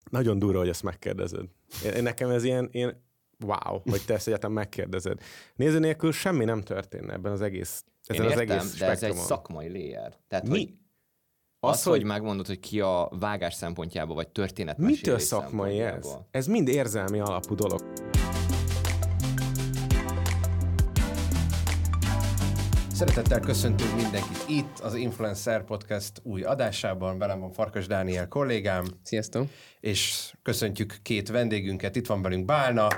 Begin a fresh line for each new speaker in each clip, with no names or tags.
Nagyon durva, hogy ezt megkérdezed. Nekem ez ilyen wow, hogy te ezt egyáltalán megkérdezed. Néző nélkül semmi nem történne ebben az egész
Én értem,
az egész
de ez egy szakmai layer. Tehát,
mi?
hogy az, hogy megmondod, hogy ki a vágás szempontjából, vagy történetmesélés
mitől szakmai ez? Ez mind érzelmi alapú dolog.
Szeretettel köszöntünk mindenkit itt, az Influencer Podcast új adásában. Velem van Farkas Dániel kollégám.
Sziasztok!
És köszöntjük két vendégünket. Itt van velünk Bálna,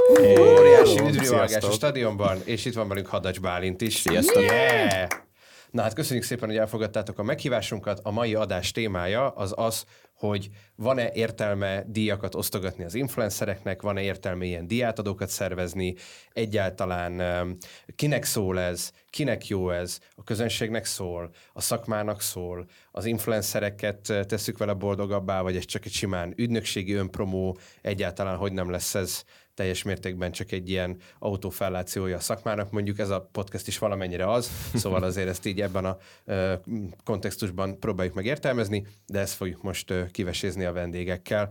óriási üdvrivalgás a stadionban, és itt van velünk Hadacs Bálint is.
Sziasztok!
Yeah! Na hát köszönjük szépen, hogy elfogadtátok a meghívásunkat. A mai adás témája az, hogy van-e értelme díjakat osztogatni az influencereknek, van-e értelme ilyen díjátadókat szervezni, egyáltalán kinek szól ez, kinek jó ez, a közönségnek szól, a szakmának szól, az influencereket tesszük vele boldogabbá, vagy ez csak egy simán ügynökségi önpromó, egyáltalán hogy nem lesz ez teljes mértékben csak egy ilyen autófellációja a szakmának, mondjuk ez a podcast is valamennyire az, szóval azért ezt így ebben a kontextusban próbáljuk meg értelmezni, de ezt fogjuk most kivesézni a vendégekkel.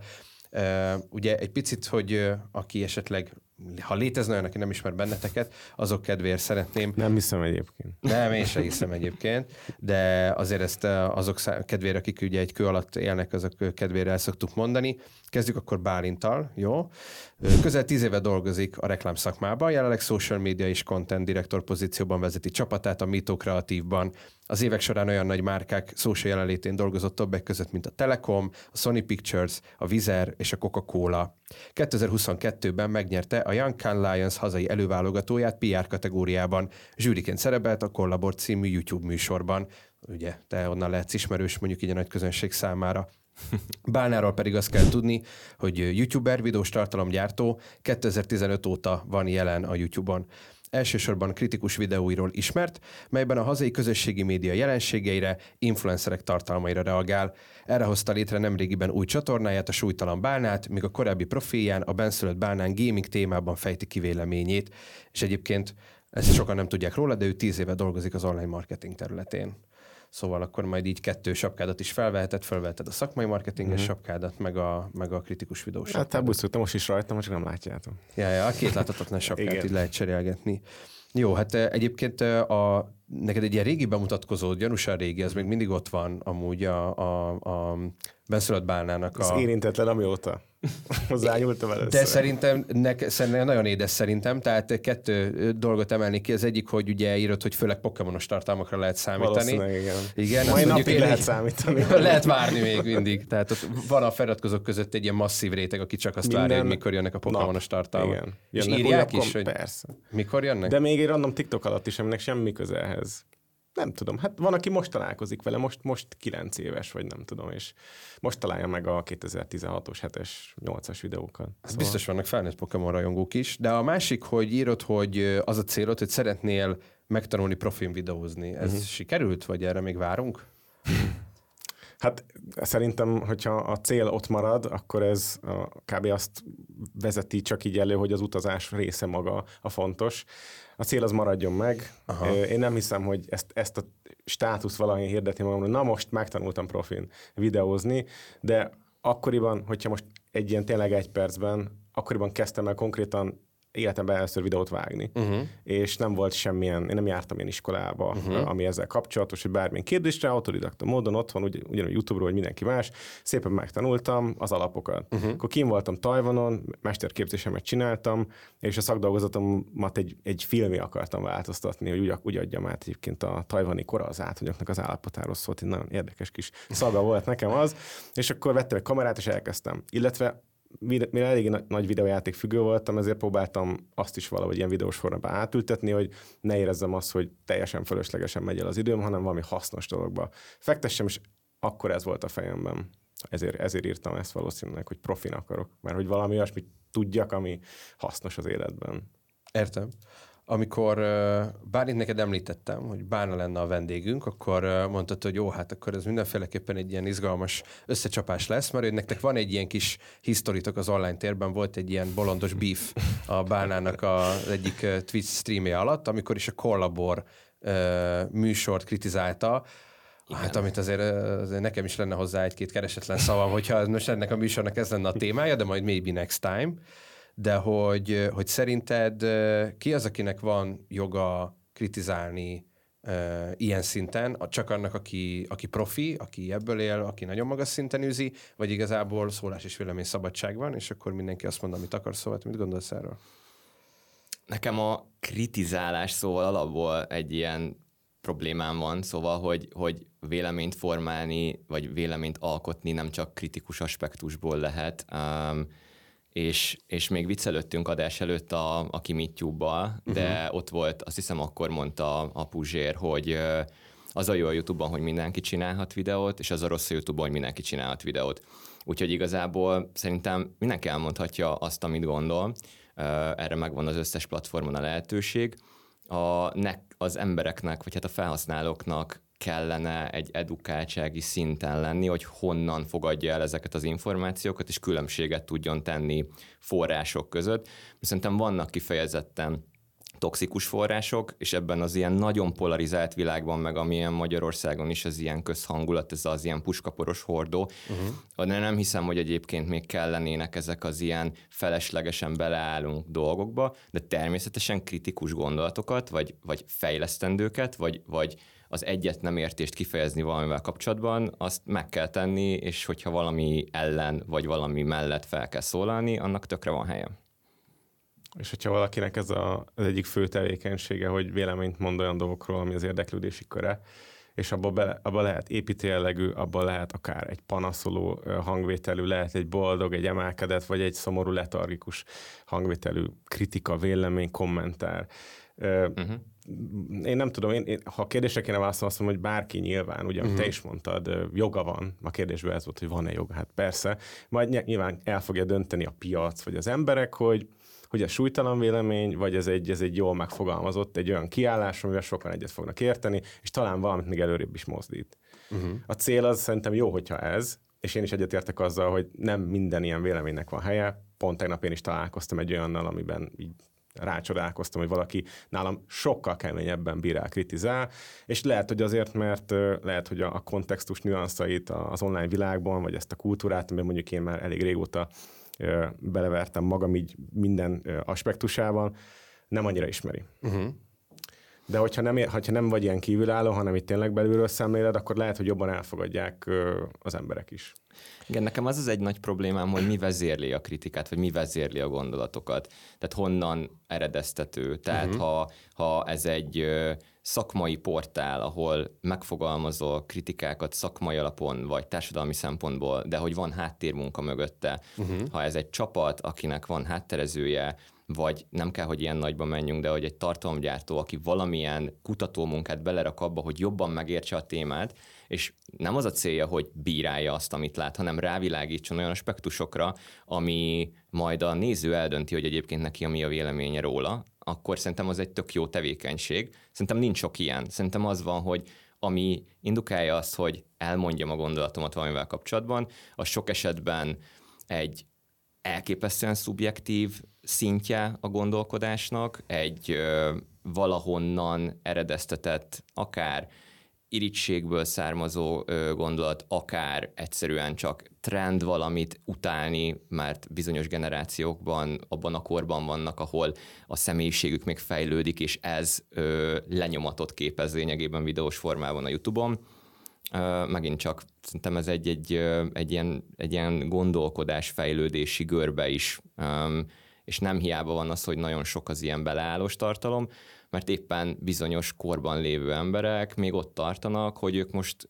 Ugye egy picit, hogy aki esetleg, ha létezne olyan, aki nem ismer benneteket, azok kedvéért szeretném.
Nem hiszem egyébként.
Nem, én sem hiszem egyébként, de azért ezt azok kedvére, akik ugye egy kő alatt élnek, azok kedvére el szoktuk mondani. Kezdjük akkor Bálinttal, jó? Közel 10 éve dolgozik a reklám szakmában, jelenleg social media és content director pozícióban vezeti csapatát a Mito Kreatívban. Az évek során olyan nagy márkák social jelenlétén dolgozott többek között, mint a Telekom, a Sony Pictures, a Vizer és a Coca-Cola. 2022-ben megnyerte a Young Cannes Lions hazai előválogatóját PR kategóriában. Zsűriként szerepelt a Kollabor című YouTube műsorban. Ugye, te onnan lehetsz ismerős mondjuk így a nagy közönség számára. Bálnáról pedig azt kell tudni, hogy youtuber, videós tartalomgyártó, 2015 óta van jelen a YouTube-on. Elsősorban kritikus videóiról ismert, melyben a hazai közösségi média jelenségeire, influencerek tartalmaira reagál. Erre hozta létre nemrégiben új csatornáját, a Súlytalan Bálnát, míg a korábbi profilján, a Benszülött Bálnán gaming témában fejti ki véleményét. És egyébként ezt sokan nem tudják róla, de ő 10 éve dolgozik az online marketing területén. Szóval akkor majd így 2 sapkádat is felveheted a szakmai marketinges sapkádat, meg a kritikus videós sapkádat.
Hát buszoltam most is rajtam, csak nem látjátok.
Ja, a 2 láthatatlan sapkát így lehet cserélgetni. Jó, hát egyébként neked egy ilyen régi bemutatkozód, gyanúsan régi, ez még mindig ott van amúgy a Benszülött Bálnának
Ez érintetlen amióta. Hozzányúltam először.
De szerintem nagyon édes szerintem, tehát 2 dolgot emelnék ki. Az egyik, hogy ugye írod, hogy főleg pokémonos tartalmakra lehet számítani.
Valószínűleg igen.
Mai
napig lehet számítani.
Lehet várni még mindig. Tehát ott van a feliratkozók között egy ilyen masszív réteg, aki csak azt várja, hogy mikor jönnek a pokémonos tartalmak.
Igen.
És írják is, hogy
persze.
Mikor jönnek?
De még egy random TikTok alatt is, aminek semmi köze ehhez. Nem tudom, hát van, aki most találkozik vele, most 9 éves, vagy nem tudom, és most találja meg a 2016-os, 7-es, 8-as videókat.
Szóval... Biztos vannak felnőtt Pokémon rajongók is, de a másik, hogy írod, hogy az a célod, hogy szeretnél megtanulni profin videózni. Ez sikerült, vagy erre még várunk?
Hát szerintem, hogyha a cél ott marad, akkor ez kb. Azt vezeti csak így elő, hogy az utazás része maga a fontos. A cél az maradjon meg. Aha. Én nem hiszem, hogy ezt a státuszt valahogy hirdetni magamról, na most megtanultam profin videózni, de akkoriban, hogyha most egy ilyen tényleg 1 percben, akkoriban kezdtem el konkrétan életemben először videót vágni. És nem volt semmilyen, én nem jártam ilyen iskolába, ami ezzel kapcsolatos, hogy bármilyen kérdésre, autodidakta módon otthon, ugyanúgy YouTube-ról, hogy mindenki más, szépen megtanultam az alapokat. Akkor kim voltam Tajvanon, mesterképzésemet csináltam, és a szakdolgozatomat egy filmé akartam változtatni, hogy úgy adjam át egyébként a tajvani korazátonyoknak az állapotáról szólt, egy nagyon érdekes kis szaga volt nekem az, és akkor vettem egy kamerát, és elkezdtem. Illetve mivel elég nagy videójáték függő voltam, ezért próbáltam azt is valahogy ilyen videós formában átültetni, hogy ne érezzem azt, hogy teljesen fölöslegesen megy el az időm, hanem valami hasznos dologba fektessem, és akkor ez volt a fejemben. Ezért írtam ezt valószínűleg, hogy profin akarok, mert hogy valami olyasmit tudjak, ami hasznos az életben.
Értem. Amikor Bálint neked említettem, hogy Bálna lenne a vendégünk, akkor mondtad, hogy jó, hát akkor ez mindenféleképpen egy ilyen izgalmas összecsapás lesz, mert hogy nektek van egy ilyen kis historitok az online térben, volt egy ilyen bolondos beef a Bálnának az egyik Twitch streamje alatt, amikor is a Kollabor műsort kritizálta,
Igen.
Hát amit azért nekem is lenne hozzá egy-két keresetlen szavam, hogyha most ennek a műsornak ez lenne a témája, de majd maybe next time. De hogy szerinted ki az, akinek van joga kritizálni ilyen szinten, csak annak, aki profi, aki ebből él, aki nagyon magas szinten űzi, vagy igazából szólás és vélemény szabadság van, és akkor mindenki azt mond, amit akar, szóval mit gondolsz erről?
Nekem a kritizálás szóval alapból egy ilyen problémám van, szóval, hogy véleményt formálni, vagy véleményt alkotni nem csak kritikus aspektusból lehet, és még viccelődtünk adás előtt a Kimittyúbbal, de ott volt, azt hiszem akkor mondta a Puzsér, hogy az a jó a YouTube-ban, hogy mindenki csinálhat videót, és az a rossz a YouTube-ban, hogy mindenki csinálhat videót. Úgyhogy igazából szerintem mindenki elmondhatja azt, amit gondol, erre megvan az összes platformon a lehetőség. Az embereknek, vagy hát a felhasználóknak kellene egy edukáltsági szinten lenni, hogy honnan fogadja el ezeket az információkat, és különbséget tudjon tenni források között. Szerintem vannak kifejezetten toxikus források, és ebben az ilyen nagyon polarizált világban, meg amilyen Magyarországon is az ilyen közhangulat, ez az ilyen puskaporos hordó, de nem hiszem, hogy egyébként még kellenének ezek az ilyen feleslegesen beleállunk dolgokba, de természetesen kritikus gondolatokat, vagy fejlesztendőket, vagy az egyet nem értést kifejezni valamivel kapcsolatban, azt meg kell tenni, és hogyha valami ellen, vagy valami mellett fel kell szólalni, annak tökre van helye.
És hogyha valakinek ez az egyik fő tevékenysége, hogy véleményt mond olyan dolgokról, ami az érdeklődési köre, és abba lehet építő jellegű, abba lehet akár egy panaszoló hangvételű, lehet egy boldog, egy emelkedett, vagy egy szomorú, letargikus hangvételű kritika, vélemény, kommentár. Én nem tudom, ha a kérdésre kéne válaszolni, azt mondom, hogy bárki nyilván, ugye, te is mondtad, joga van, a kérdésben ez volt, hogy van-e joga, hát persze, majd nyilván el fogja dönteni a piac, vagy az emberek, hogy ez súlytalan vélemény, vagy ez egy jól megfogalmazott, egy olyan kiállás, amivel sokan egyet fognak érteni, és talán valamit még előrébb is mozdít. A cél az szerintem jó, hogyha ez, és én is egyetértek azzal, hogy nem minden ilyen véleménynek van helye. Pont tegnap én is találkoztam egy olyannal, amiben így rácsodálkoztam, hogy valaki nálam sokkal keményebben bírál, kritizál, és lehet, hogy azért, mert lehet, hogy a kontextus nüanszait az online világban, vagy ezt a kultúrát, amiben mondjuk én már elég régóta belevertem magam így minden aspektusával, nem annyira ismeri. De hogyha nem vagy ilyen kívülálló, hanem itt tényleg belülről szemléled, akkor lehet, hogy jobban elfogadják az emberek is.
Igen, nekem az egy nagy problémám, hogy mi vezérli a kritikát, vagy mi vezérli a gondolatokat. Tehát honnan eredeztető. Tehát ha ez egy szakmai portál, ahol megfogalmazol kritikákat szakmai alapon, vagy társadalmi szempontból, de hogy van háttérmunka mögötte. Ha ez egy csapat, akinek van hátterezője, vagy nem kell, hogy ilyen nagyba menjünk, de hogy egy tartalomgyártó, aki valamilyen kutatómunkát belerak abba, hogy jobban megértse a témát, és nem az a célja, hogy bírálja azt, amit lát, hanem rávilágítson olyan aspektusokra, ami majd a néző eldönti, hogy egyébként neki mi a véleménye róla, akkor szerintem az egy tök jó tevékenység. Szerintem nincs sok ilyen. Szerintem az van, hogy ami indukálja azt, hogy elmondjam a gondolatomat valamivel kapcsolatban, az sok esetben egy elképesztően szubjektív szintje a gondolkodásnak, egy valahonnan eredeztetett, akár irigységből származó gondolat, akár egyszerűen csak trend valamit utálni, mert bizonyos generációkban abban a korban vannak, ahol a személyiségük még fejlődik, és ez lenyomatot képez lényegében videós formában a YouTube-on. Megint csak szerintem ez egy ilyen gondolkodásfejlődési görbe is, és nem hiába van az, hogy nagyon sok az ilyen beleállós tartalom, mert éppen bizonyos korban lévő emberek még ott tartanak, hogy ők most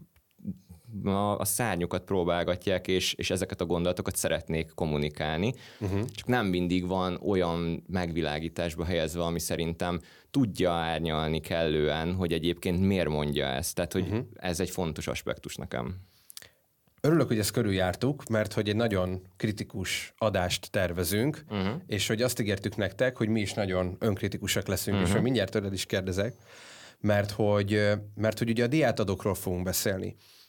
a szárnyukat próbálgatják, és ezeket a gondolatokat szeretnék kommunikálni. Csak nem mindig van olyan megvilágításba helyezve, ami szerintem tudja árnyalni kellően, hogy egyébként miért mondja ezt. Tehát, hogy ez egy fontos aspektus nekem.
Örülök, hogy ezt körüljártuk, mert hogy egy nagyon kritikus adást tervezünk, és hogy azt ígértük nektek, hogy mi is nagyon önkritikusak leszünk, és hogy mindjárt tőled is kérdezek, mert hogy ugye a diátadókról fogunk beszélni.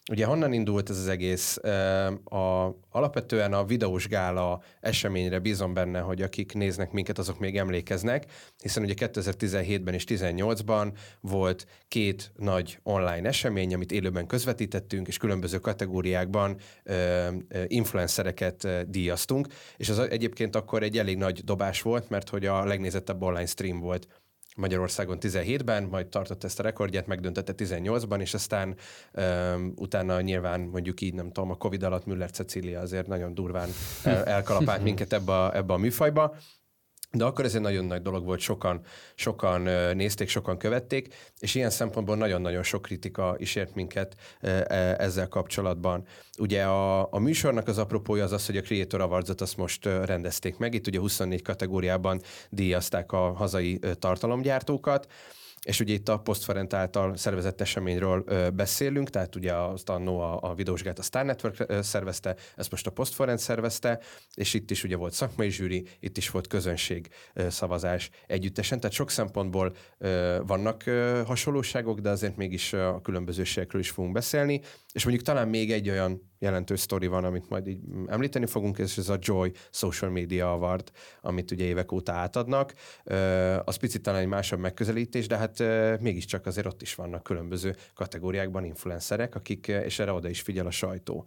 Ugye honnan indult ez az egész? Alapvetően a videós gála eseményre bízom benne, hogy akik néznek minket, azok még emlékeznek, hiszen ugye 2017-ben és 2018-ban volt 2 nagy online esemény, amit élőben közvetítettünk, és különböző kategóriákban influencereket díjaztunk, és az egyébként akkor egy elég nagy dobás volt, mert hogy a legnézettebb online stream volt Magyarországon 17-ben, majd tartott ezt a rekordját, megdöntötte 18-ban, és aztán utána nyilván mondjuk így, nem tudom, a Covid alatt Müller Cecília azért nagyon durván elkalapált minket ebbe a műfajba. De akkor ez egy nagyon nagy dolog volt, sokan nézték, sokan követték, és ilyen szempontból nagyon-nagyon sok kritika is ért minket ezzel kapcsolatban. Ugye a műsornak az apropója az, hogy a Creator Awards-ot azt most rendezték meg, itt ugye 24 kategóriában díjazták a hazai tartalomgyártókat, és ugye itt a Postferent által szervezett eseményről beszélünk, tehát ugye azt annó a videós gált a Star Network szervezte, ezt most a Postferent szervezte, és itt is ugye volt szakmai zsűri, itt is volt közönség szavazás együttesen, tehát sok szempontból vannak hasonlóságok, de azért mégis a különbözőségekről is fogunk beszélni, és mondjuk talán még egy olyan jelentős sztori van, amit majd így említeni fogunk, és ez a Joy Social Media Award, amit ugye évek óta átadnak. Az picit talán egy másabb megközelítés, de hát mégiscsak azért ott is vannak különböző kategóriákban influencerek, akik, és erre oda is figyel a sajtó.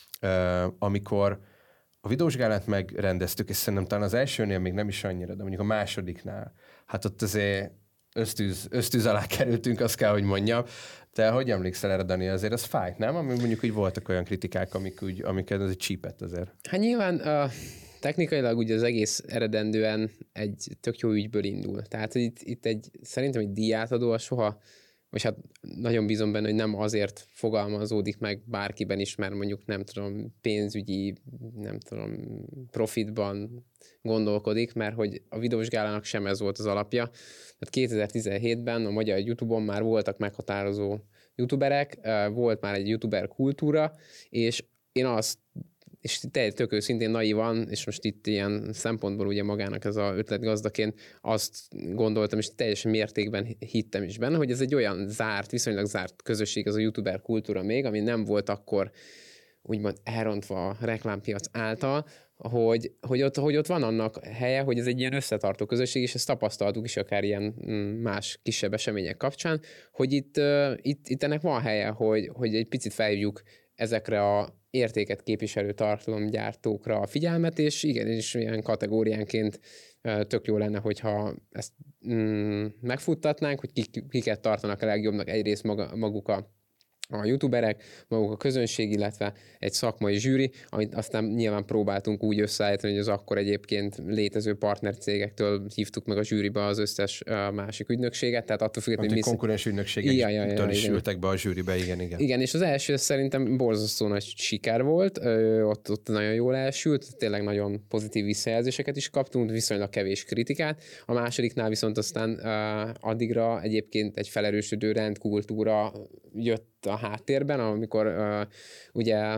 Amikor a videós gálát megrendeztük, és szerintem talán az elsőnél még nem is annyira, de mondjuk a másodiknál, hát ott azért ösztűz alá kerültünk, azt kell, hogy mondjam. Te hogy emlékszel erre, Dani? Azért az fájt, nem? Ami mondjuk úgy voltak olyan kritikák, amiket az csípett azért.
Hát nyilván technikailag ugye az egész eredendően egy tök jó ügyből indul. Tehát hogy itt szerintem egy díjátadó soha, vagy hát nagyon bízom benne, hogy nem azért fogalmazódik meg bárkiben is, mert mondjuk nem tudom, pénzügyi, nem tudom, profitban gondolkodik, mert hogy a videós gálának sem ez volt az alapja. Tehát 2017-ben a magyar YouTube-on már voltak meghatározó youtuberek, volt már egy youtuber kultúra, és én azt, és tök őszintén naívan, és most itt ilyen szempontból ugye magának ez az ötletgazdaként azt gondoltam, és teljesen mértékben hittem is benne, hogy ez egy olyan viszonylag zárt közösség, ez a youtuber kultúra még, ami nem volt akkor úgymond elrontva a reklámpiac által, hogy ott van annak helye, hogy ez egy ilyen összetartó közösség, és ezt tapasztaltuk is akár ilyen más kisebb események kapcsán, hogy itt ennek van helye, hogy egy picit felhívjuk ezekre a értéket képviselő tartalomgyártókra a figyelmet, és igenis ilyen kategóriánként tök jó lenne, hogyha ezt megfuttatnánk, hogy kiket tartanak a legjobbnak, egyrészt maguk a youtuberek, maguk a közönség, illetve egy szakmai zsűri, amit aztán nyilván próbáltunk úgy összeállítani, hogy az akkor egyébként létező partnercégektől hívtuk meg a zsűribe az összes másik ügynökséget, tehát attól függetlenül, hogy
konkurens ügynökségek is ültek be a zsűribe, igen.
Igen, és az első szerintem borzasztó nagy siker volt, ott nagyon jól elsült, tényleg nagyon pozitív visszajelzéseket is kaptunk, viszonylag kevés kritikát. A másodiknál viszont aztán addigra egyébként egy felerősödő rendkultúra jött a háttérben, amikor ugye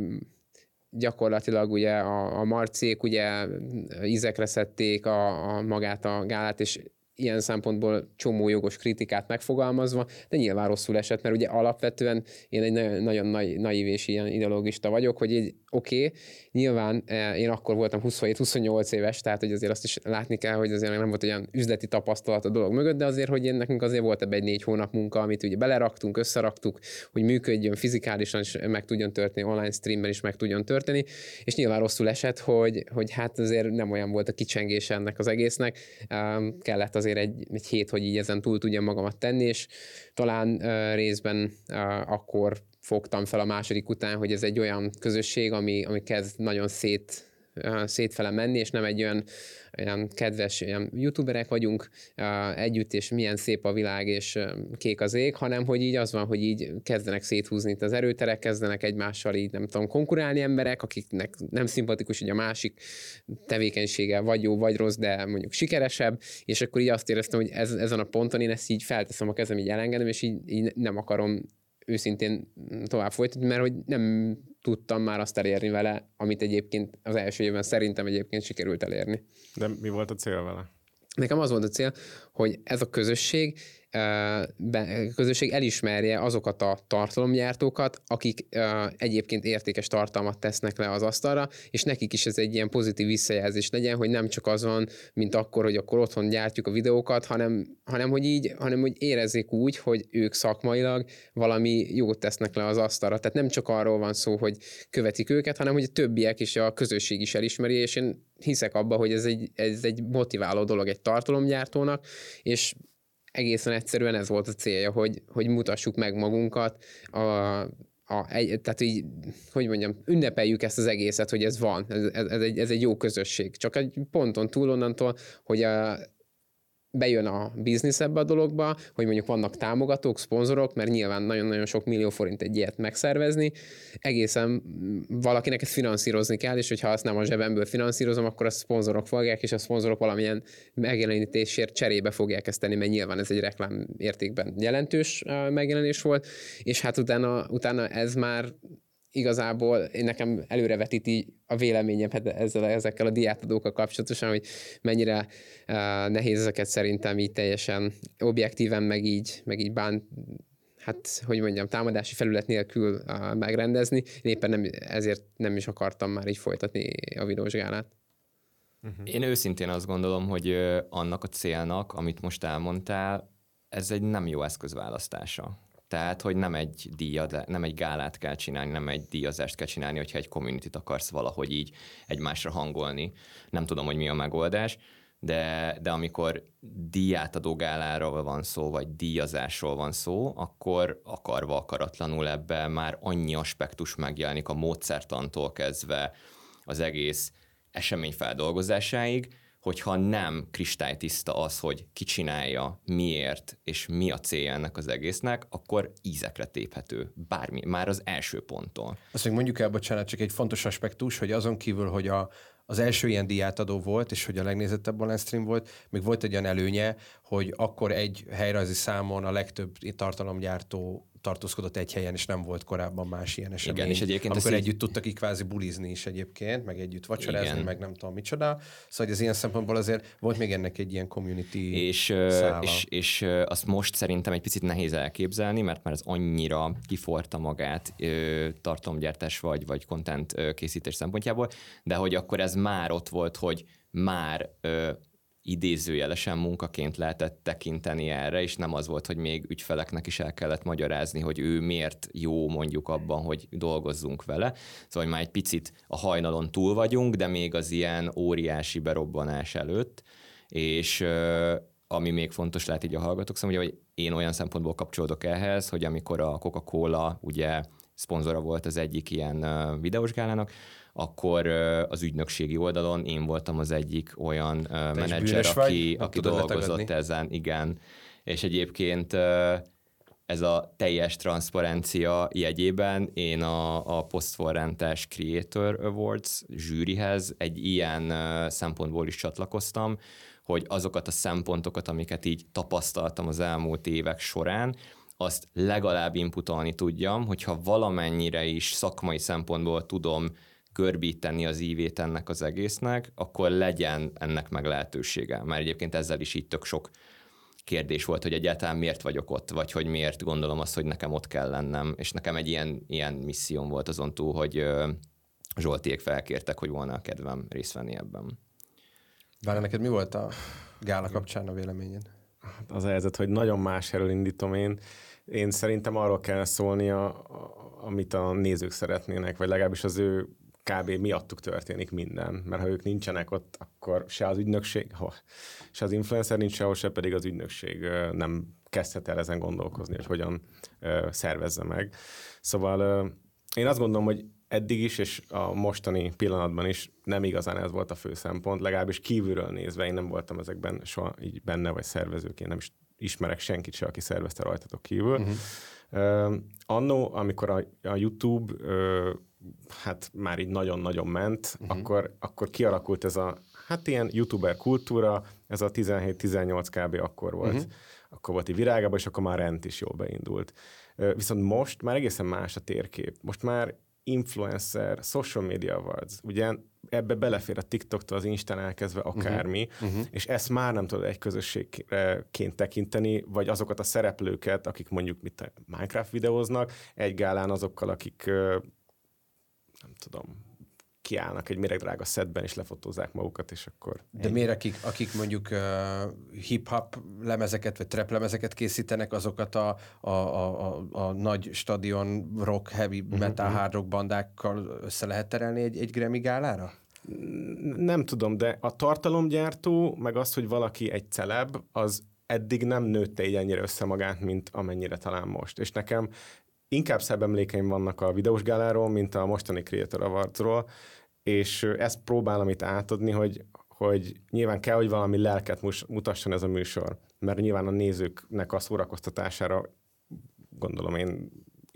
gyakorlatilag ugye a marcék ugye ízekre szedték magát a gálát, és ilyen szempontból csomó jogos kritikát megfogalmazva, de nyilván rosszul esett, mert ugye alapvetően én egy nagyon naív és ilyen ideológista vagyok, hogy így oké, nyilván én akkor voltam 27-28 éves, tehát hogy azért azt is látni kell, hogy azért nem volt olyan üzleti tapasztalat a dolog mögött, de azért, hogy nekünk azért volt ebbe egy 4 hónap munka, amit ugye beleraktunk, összeraktuk, hogy működjön fizikálisan is meg tudjon történni, online streamben is meg tudjon történni, és nyilván rosszul esett, hogy hát azért nem olyan volt a kicsengés ennek az egésznek, kellett azért egy hét, hogy így ezen túl tudjam magamat tenni, és talán részben akkor fogtam fel a második után, hogy ez egy olyan közösség, ami kezd nagyon szétfele menni, és nem egy olyan kedves olyan youtuberek vagyunk együtt, és milyen szép a világ, és kék az ég, hanem hogy így az van, hogy így kezdenek széthúzni itt az erőterek, kezdenek egymással így nem tudom konkurálni emberek, akiknek nem szimpatikus, hogy a másik tevékenysége vagy jó, vagy rossz, de mondjuk sikeresebb, és akkor így azt éreztem, hogy ezen a ponton én ezt így felteszem a kezem, így elengedem, és így nem akarom őszintén tovább folytatni, mert hogy nem tudtam már azt elérni vele, amit egyébként az első évben szerintem egyébként sikerült elérni.
De mi volt a cél vele?
Nekem az volt a cél, hogy ez a közösség, közösség elismerje azokat a tartalomgyártókat, akik egyébként értékes tartalmat tesznek le az asztalra, és nekik is ez egy ilyen pozitív visszajelzés legyen, hogy nem csak az van, mint akkor, hogy akkor otthon gyártjuk a videókat, hanem hogy érezzék úgy, hogy ők szakmailag valami jót tesznek le az asztalra. Tehát nem csak arról van szó, hogy követik őket, hanem hogy a többiek és a közösség is elismeri, és én hiszek abba, hogy ez egy motiváló dolog egy tartalomgyártónak, és egészen egyszerűen ez volt a célja, hogy mutassuk meg magunkat, tehát így, hogy mondjam, ünnepeljük ezt az egészet, hogy ez van, ez egy jó közösség. Csak egy ponton túl onnantól, hogy bejön a biznisz ebbe a dologba, hogy mondjuk vannak támogatók, szponzorok, mert nyilván nagyon-nagyon sok millió forint egy ilyet megszervezni, egészen valakinek ezt finanszírozni kell, és hogyha azt nem a zsebemből finanszírozom, akkor a szponzorok fogják, és a szponzorok valamilyen megjelenítésért cserébe fogják ezt tenni, mert nyilván ez egy reklám értékben jelentős megjelenés volt, és hát utána ez már igazából nekem előrevetíti a véleményem ezekkel a diátadókkal kapcsolatosan, hogy mennyire nehéz ezeket szerintem így teljesen objektíven, meg így hát, hogy mondjam, támadási felület nélkül megrendezni. Én éppen ezért nem is akartam már így folytatni a videós gálát.
Én őszintén azt gondolom, hogy annak a célnak, amit most elmondtál, ez egy nem jó eszközválasztása. Tehát, hogy nem egy gálát kell csinálni, nem egy díjazást kell csinálni, hogyha egy community-t akarsz valahogy így egymásra hangolni. Nem tudom, hogy mi a megoldás, de amikor díjátadó gáláról van szó, vagy díjazásról van szó, akkor akarva akaratlanul ebbe már annyi aspektus megjelenik a módszertantól kezdve az egész esemény feldolgozásáig, hogyha nem kristálytiszta az, hogy ki csinálja, miért, és mi a célja ennek az egésznek, akkor ízekre téphető. Bármi, már az első ponttól.
Azt még mondjuk el, bocsánat, csak egy fontos aspektus, hogy azon kívül, hogy az első ilyen díjátadó volt, és hogy a legnézettebb online stream volt, még volt egy olyan előnye, hogy akkor egy helyrajzi számon a legtöbb tartalomgyártó tartózkodott egy helyen, és nem volt korábban más ilyen esemény.
Igen, és egyébként
amikor együtt tudtak így kvázi bulizni is egyébként, meg együtt vacsorázni, igen, meg nem tudom micsoda. Szóval ez ilyen szempontból azért volt még ennek egy ilyen community
és azt most szerintem egy picit nehéz elképzelni, mert már az annyira kiforta magát tartalomgyártás vagy content készítés szempontjából, de hogy akkor ez már ott volt, hogy már idézőjelesen munkaként lehetett tekinteni erre, és nem az volt, hogy még ügyfeleknek is el kellett magyarázni, hogy ő miért jó mondjuk abban, hogy dolgozzunk vele. Szóval már egy picit a hajnalon túl vagyunk, de még az ilyen óriási berobbanás előtt, és ami még fontos lehet így a hallgatók számára, hogy én olyan szempontból kapcsolódok ehhez, hogy amikor a Coca-Cola ugye szponzora volt az egyik ilyen videós gálának, akkor az ügynökségi oldalon én voltam az egyik olyan menedzser, aki dolgozott ezen, igen. És egyébként ez a teljes transzparencia jegyében én a Postforrentes Creator Awards zsűrihez egy ilyen szempontból is csatlakoztam, hogy azokat a szempontokat, amiket így tapasztaltam az elmúlt évek során, azt legalább inputolni tudjam, hogyha valamennyire is szakmai szempontból tudom görbíteni az ívét ennek az egésznek, akkor legyen ennek meg lehetősége. Mert egyébként ezzel is így tök sok kérdés volt, hogy egyáltalán miért vagyok ott, vagy hogy miért gondolom azt, hogy nekem ott kell lennem. És nekem egy ilyen misszióm volt azon túl, hogy Zsoltiék felkértek, hogy volna a kedvem részt venni ebben.
Bár neked mi volt a gála kapcsán a véleményed?
Az a helyzet, hogy nagyon más erről indítom én. Én szerintem arról kell szólnia, amit a nézők szeretnének, vagy legalábbis az ő kb. Miattuk történik minden. Mert ha ők nincsenek ott, akkor se az ügynökség, se az influencer nincs sehol, se pedig az ügynökség nem kezdhet el ezen gondolkozni, hogy hogyan szervezze meg. Szóval én azt gondolom, hogy eddig is, és a mostani pillanatban is nem igazán ez volt a fő szempont, legalábbis kívülről nézve, én nem voltam ezekben soha így benne, vagy szervezőként, nem is ismerek senkit se, aki szervezte rajtatok kívül. Annó, amikor a YouTube hát már így nagyon-nagyon ment, akkor kialakult ez a hát ilyen youtuber kultúra, ez a 17-18 kb. Akkor volt. Akkor volt egy virágában, és akkor már rend is jól beindult. Viszont most már egészen más a térkép. Most már influencer, social media awards. Ugye ebbe belefér a TikToktól az Instán elkezdve akármi, és ezt már nem tudod egy közösségként tekinteni, vagy azokat a szereplőket, akik mondjuk Minecraft videóznak, egy gálán azokkal, akik nem tudom, kiállnak egy méregdrága szedben, és lefotózzák magukat, és akkor...
De miért akik mondjuk hip-hop lemezeket, vagy trap lemezeket készítenek, azokat a nagy stadion rock, heavy metal, hard rock bandákkal össze lehet terelni egy Grammy gálára?
Nem tudom, de a tartalomgyártó, meg az, hogy valaki egy celeb, az eddig nem nőtte így ennyire össze magát, mint amennyire talán most. És nekem inkább szebb emlékeim vannak a videós gáláról, mint a mostani Creator Awardsról, és ezt próbálom itt átadni, hogy nyilván kell, hogy valami lelket mutasson ez a műsor, mert nyilván a nézőknek a szórakoztatására gondolom én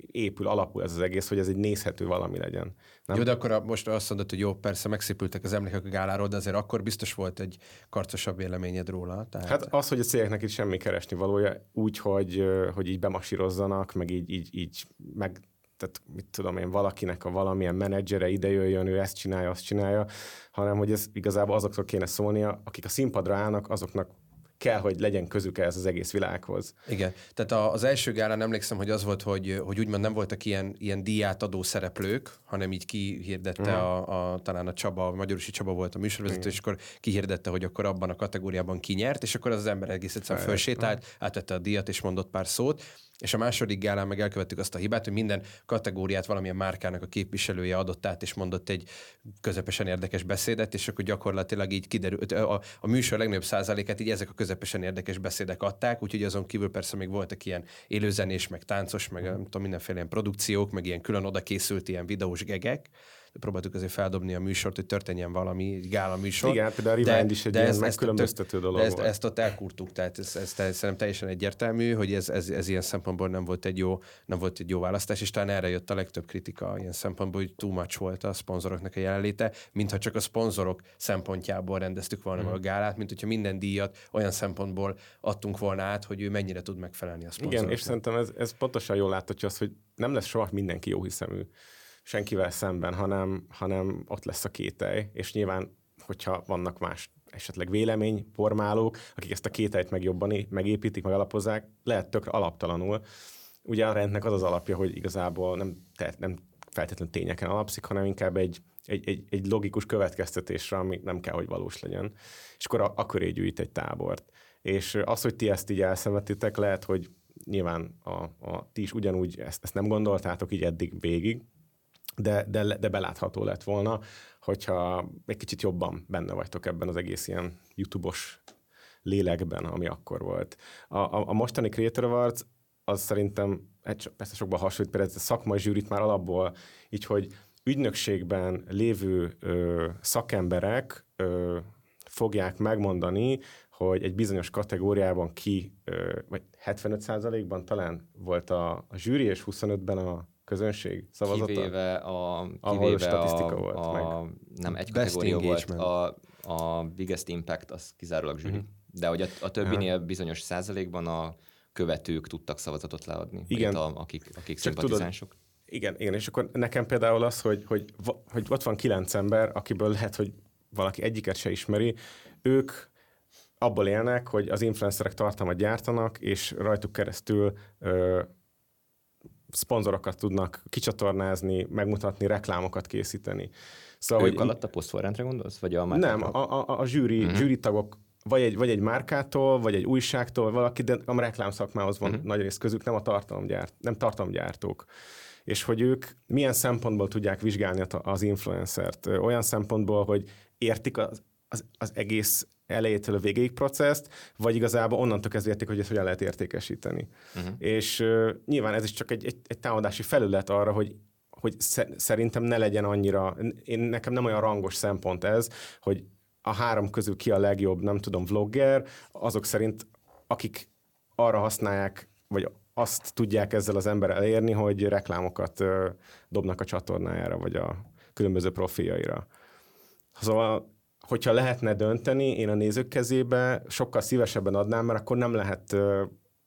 alapul ez az egész, hogy ez egy nézhető valami legyen. Nem?
Jó, de akkor most azt mondod, hogy jó, persze megszépültek az emlékek a gáláról, de azért akkor biztos volt egy karcosabb véleményed róla. Tehát...
Hát az, hogy a cégeknek itt semmi keresni valója, úgy, hogy így bemasírozzanak, meg így meg, tehát mit tudom én, valakinek a valamilyen menedzsere ide jöjjön, ő ezt csinálja, azt csinálja, hanem hogy ez igazából azoktól kéne szólnia, akik a színpadra állnak, azoknak kell, hogy legyen közük ez az egész világhoz.
Igen. Tehát az első gálán emlékszem, hogy az volt, hogy úgymond nem voltak ilyen díját adó szereplők, hanem így kihirdette talán a Csaba, a Magyarusi Csaba volt a műsorvezető, és akkor kihirdette, hogy akkor abban a kategóriában ki nyert, és akkor az ember egész egyszerűen fölsétált, átvette a díjat, és mondott pár szót. És a második gálán meg elkövettük azt a hibát, hogy minden kategóriát valamilyen márkának a képviselője adott át, és mondott egy közepesen érdekes beszédet, és akkor gyakorlatilag így kiderült, a műsor legnagyobb százalékát így ezek a közepesen érdekes beszédek adták, úgyhogy azon kívül persze még voltak ilyen élőzenés, meg táncos, meg nem tudom, mindenféle ilyen produkciók, meg ilyen külön oda készült ilyen videós gegek. Próbáltuk azért feldobni a műsort, hogy történjen valami, egy gála műsor.
Igen, például a Rewind is egy ilyen megkülönböztető dolog volt.
Ezt ott elkurtuk, tehát ez szerintem teljesen egyértelmű, hogy ez ilyen szempontból nem volt egy jó választás, és talán erre jött a legtöbb kritika ilyen szempontból, hogy too much volt a szponzoroknak a jelenléte, mintha csak a szponzorok szempontjából rendeztük volna meg a gálát, mint hogyha minden díjat olyan szempontból adtunk volna át, hogy ő mennyire tud megfelelni a szponzoroknak.
Igen, és szerintem ez pontosan jól láthatja azt, hogy nem lesz soha mindenki jó hiszemű senkivel szemben, hanem ott lesz a kételj, és nyilván, hogyha vannak más esetleg véleményformálók, akik ezt a kételyt megépítik, megalapozzák, lehet tökre alaptalanul. Ugye a rendnek az az alapja, hogy igazából nem feltétlenül tényeken alapszik, hanem inkább egy logikus következtetésre, ami nem kell, hogy valós legyen. És akkor gyűjt egy tábort. És az, hogy ti ezt így elszenvedtétek, lehet, hogy nyilván ti is ugyanúgy ezt nem gondoltátok így eddig végig, de belátható lett volna, hogyha egy kicsit jobban benne vagytok ebben az egész ilyen YouTube-os lélekben, ami akkor volt. A mostani Creator Awards, az szerintem persze sokban hasonlít, például ez a szakmai zsűrit már alapból, így, hogy ügynökségben lévő szakemberek fogják megmondani, hogy egy bizonyos kategóriában vagy 75%-ban talán volt a zsűri, és 25-ben a közönség szavazata?
Kivéve
ahol statisztika volt meg.
Nem, egy kategória volt, a Biggest Impact, az kizárólag zsűri. De hogy a többinél bizonyos százalékban a követők tudtak szavazatot leadni.
Igen.
Akik szimpatizánsok.
Igen, és akkor nekem például az, hogy ott van 9 ember, akiből lehet, hogy valaki egyiket se ismeri, ők abból élnek, hogy az influencerek tartalmat gyártanak, és rajtuk keresztül szponzorokat tudnak kicsatornázni, megmutatni, reklámokat készíteni.
Szóval, ők alatt a posztforrendre gondolsz? Vagy a
nem, a zsűri tagok vagy egy márkától, vagy egy újságtól, valaki, de a reklámszakmához van nagy rész közük, nem tartalomgyártók. És hogy ők milyen szempontból tudják vizsgálni az influencert. Olyan szempontból, hogy értik az egész elejétől a végéig processzt, vagy igazából onnantól kezdve értik, hogy ezt hogyan lehet értékesíteni. És nyilván ez is csak egy támadási felület arra, hogy szerintem ne legyen annyira, nekem nem olyan rangos szempont ez, hogy a 3 közül ki a legjobb, nem tudom, vlogger, azok szerint, akik arra használják, vagy azt tudják ezzel az ember elérni, hogy reklámokat dobnak a csatornájára, vagy a különböző profiljaira. Szóval, hogyha lehetne dönteni, én a nézők kezébe sokkal szívesebben adnám, mert akkor nem lehet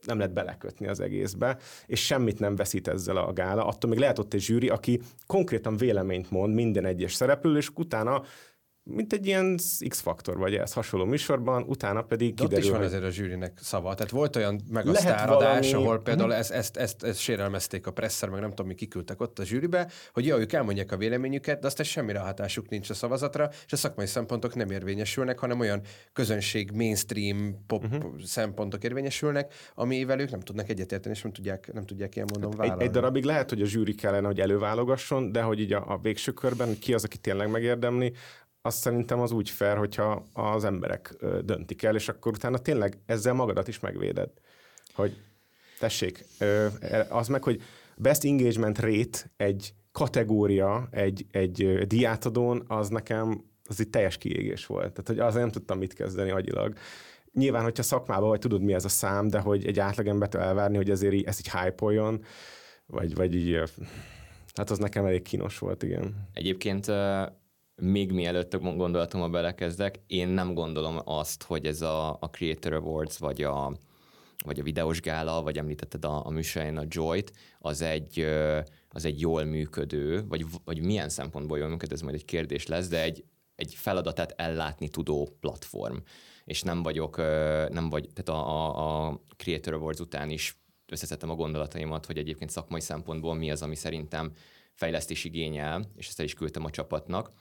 nem lehet belekötni az egészbe, és semmit nem veszít ezzel a gála. Attól még lehet ott egy zsűri, aki konkrétan véleményt mond minden egyes szereplő, és utána mint egy ilyen X-faktor, vagy ez hasonló műsorban, utána pedig
kiderül, ott is van azért a zsűrinek szava. Tehát volt olyan megasztáradás, ahol például ezt sérelmezték a Presser, meg nem tudom, mi kiküldtek ott a zsűribe, hogy ők elmondják a véleményüket, de aztán semmire hatásuk nincs a szavazatra, és a szakmai szempontok nem érvényesülnek, hanem olyan közönség, mainstream, pop szempontok érvényesülnek, amivel ők nem tudnak egyetérteni, és nem tudják ilyen módon vállalni.
Egy darabig lehet, hogy a zsűri kellene, hogy előválogasson, de hogy így a végső körben, hogy ki az, aki tényleg megérdemli, azt szerintem az úgy fair, hogyha az emberek döntik el, és akkor utána tényleg ezzel magadat is megvéded. Hogy tessék, az meg, hogy best engagement rate egy kategória, egy diátadón, az nekem az egy teljes kiégés volt. Tehát, hogy azért nem tudtam mit kezdeni agyilag. Nyilván, hogyha szakmában vagy, tudod, mi ez a szám, de hogy egy átlagembertől elvárni, hogy ezért ezt így hype-oljon, vagy így, hát az nekem elég kínos volt, igen.
Egyébként még mielőtt a gondolatomba belekezdek, én nem gondolom azt, hogy ez a Creator Awards, vagy a videós gála, vagy említetted a műsorán a Joy-t, az egy jól működő, vagy milyen szempontból jól működő, ez majd egy kérdés lesz, de egy feladatát ellátni tudó platform. És tehát a Creator Awards után is összeszedtem a gondolataimat, hogy egyébként szakmai szempontból mi az, ami szerintem fejlesztés igényel, és ezt el is küldtem a csapatnak.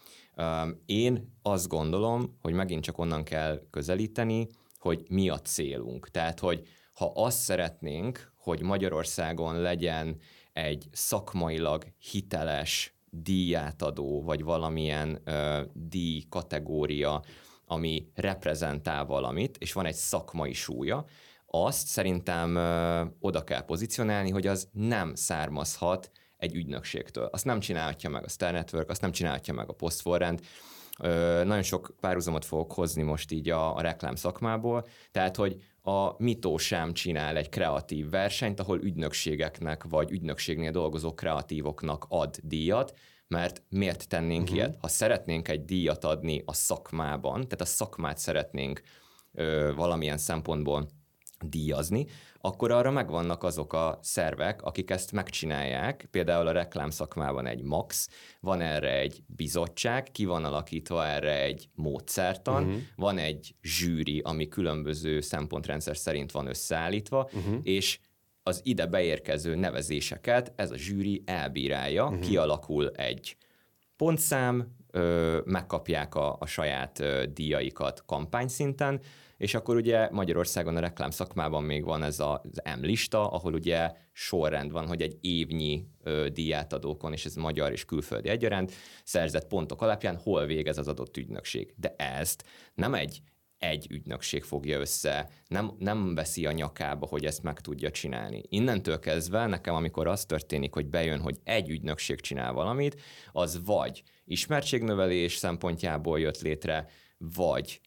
Én azt gondolom, hogy megint csak onnan kell közelíteni, hogy mi a célunk. Tehát, hogy ha azt szeretnénk, hogy Magyarországon legyen egy szakmailag hiteles díjátadó, vagy valamilyen díj kategória, ami reprezentál valamit, és van egy szakmai súlya, azt szerintem oda kell pozícionálni, hogy az nem származhat egy ügynökségtől. Azt nem csinálhatja meg a Star Network, azt nem csinálhatja meg a Postforrend. Nagyon sok párhuzamot fogok hozni most így a reklám szakmából, tehát, hogy a Mitó sem csinál egy kreatív versenyt, ahol ügynökségeknek vagy ügynökségnél dolgozó kreatívoknak ad díjat, mert miért tennénk ilyet? Ha szeretnénk egy díjat adni a szakmában, tehát a szakmát szeretnénk valamilyen szempontból díjazni, akkor arra megvannak azok a szervek, akik ezt megcsinálják. Például a reklámszakmában egy MAX, van erre egy bizottság, ki van alakítva erre egy módszertan, van egy zsűri, ami különböző szempontrendszer szerint van összeállítva, és az ide beérkező nevezéseket ez a zsűri elbírálja, kialakul egy pontszám, megkapják a saját díjaikat kampányszinten, és akkor ugye Magyarországon a reklám szakmában még van ez az M-lista, ahol ugye sorrend van, hogy egy évnyi díjátadókon, és ez magyar és külföldi egyaránt, szerzett pontok alapján hol végez az adott ügynökség. De ezt nem egy ügynökség fogja össze, nem veszi a nyakába, hogy ezt meg tudja csinálni. Innentől kezdve nekem, amikor az történik, hogy bejön, hogy egy ügynökség csinál valamit, az vagy ismertségnövelés szempontjából jött létre, vagy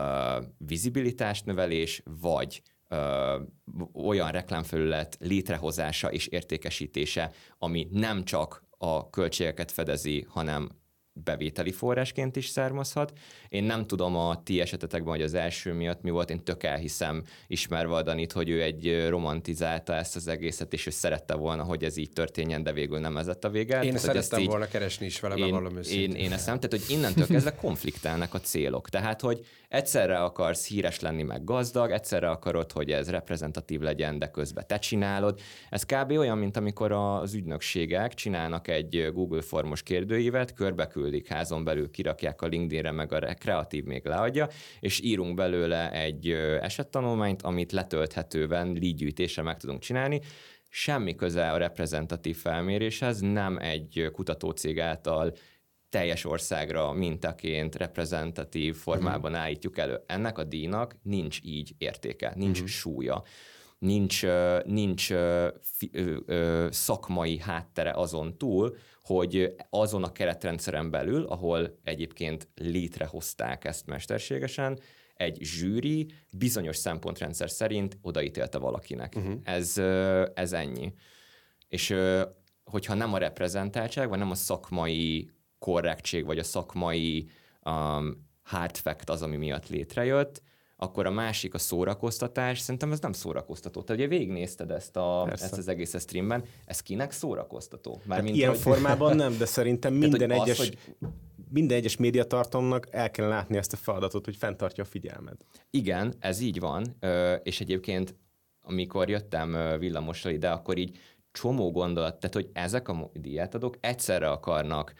vizibilitás növelés, vagy olyan reklámfelület létrehozása és értékesítése, ami nem csak a költségeket fedezi, hanem bevételi forrásként is származhat. Én nem tudom a ti esetetekben, hogy az első miatt mi volt, én tök elhiszem ismerve a Danit, hogy ő egy romantizálta ezt az egészet, és ő szerette volna, hogy ez így történjen, de végül nem ez lett a vége.
Én szerettem volna keresni is vele, bevallom őszintén.
Én ezt nem, tehát hogy innentől kezdve konfliktálnak a célok. Tehát, hogy egyszerre akarsz híres lenni, meg gazdag, egyszerre akarod, hogy ez reprezentatív legyen, de közben te csinálod. Ez kb. Olyan, mint amikor az ügynökségek csinálnak egy Google formos kérdőívet, körbeküldik házon belül, kirakják a LinkedInre, meg a kreatív még leadja, és írunk belőle egy esettanulmányt, amit letölthetően lead-gyűjtésre meg tudunk csinálni. Semmi köze a reprezentatív felméréshez, nem egy kutatócég által teljes országra mintaként reprezentatív formában állítjuk elő. Ennek a díjnak nincs így értéke, nincs súlya, nincs szakmai háttere azon túl, hogy azon a keretrendszeren belül, ahol egyébként létrehozták ezt mesterségesen, egy zsűri bizonyos szempontrendszer szerint odaítélte valakinek. Ez ennyi. És hogyha nem a reprezentáltság, vagy nem a szakmai korrektség, vagy a szakmai hard fact az, ami miatt létrejött, akkor a másik a szórakoztatás, szerintem ez nem szórakoztató. Te ugye végignézted ezt az egész streamben, ez kinek szórakoztató?
Ilyen formában nem, de szerintem minden egyes médiatartalomnak el kell látni ezt a feladatot, hogy fenntartja a figyelmed.
Igen, ez így van, és egyébként amikor jöttem villamossal ide, akkor így csomó gondolat, tehát hogy ezek a díjátadók egyszerre akarnak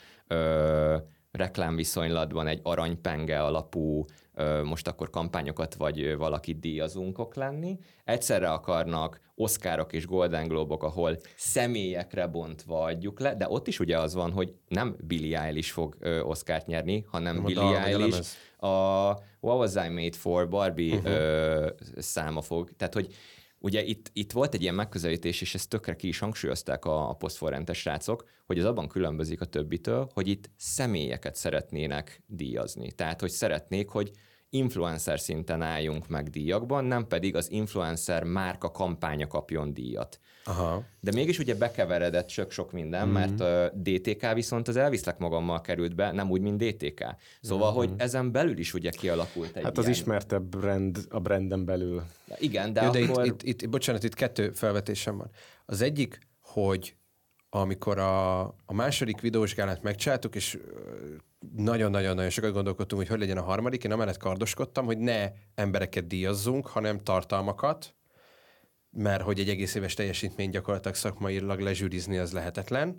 reklámviszonylatban egy aranypenge alapú most akkor kampányokat vagy valakit díjazunkok lenni. Egyszerre akarnak Oscarok és Golden Globok, ahol személyekre bontva adjuk le, de ott is ugye az van, hogy nem Billie Eilish fog Oscart nyerni, hanem Billie Eilish a What Was I Made For Barbie száma fog. Tehát, hogy ugye itt volt egy ilyen megközelítés, és ezt tökre ki is hangsúlyozták a posztforrentes srácok, hogy ez abban különbözik a többitől, hogy itt személyeket szeretnének díjazni. Tehát, hogy szeretnék, hogy influencer szinten álljunk meg díjakban, nem pedig az influencer márka kampánya kapjon díjat.
Aha.
De mégis ugye bekeveredett sok minden, mert DTK viszont az elviszlek magammal került be, nem úgy, mint DTK. Szóval, hogy ezen belül is ugye kialakult egy
az ismertebb brand a branden belül.
Ja, igen, de
jó,
akkor...
de bocsánat, itt 2 felvetésem van. Az egyik, hogy amikor a második videós gálát megcsináltuk, és nagyon-nagyon sokat gondolkodtunk, hogy legyen a harmadik, én amellett kardoskodtam, hogy ne embereket díjazzunk, hanem tartalmakat, mert hogy egy egész éves teljesítmény gyakorlatilag szakmailag lezsűrizni az lehetetlen.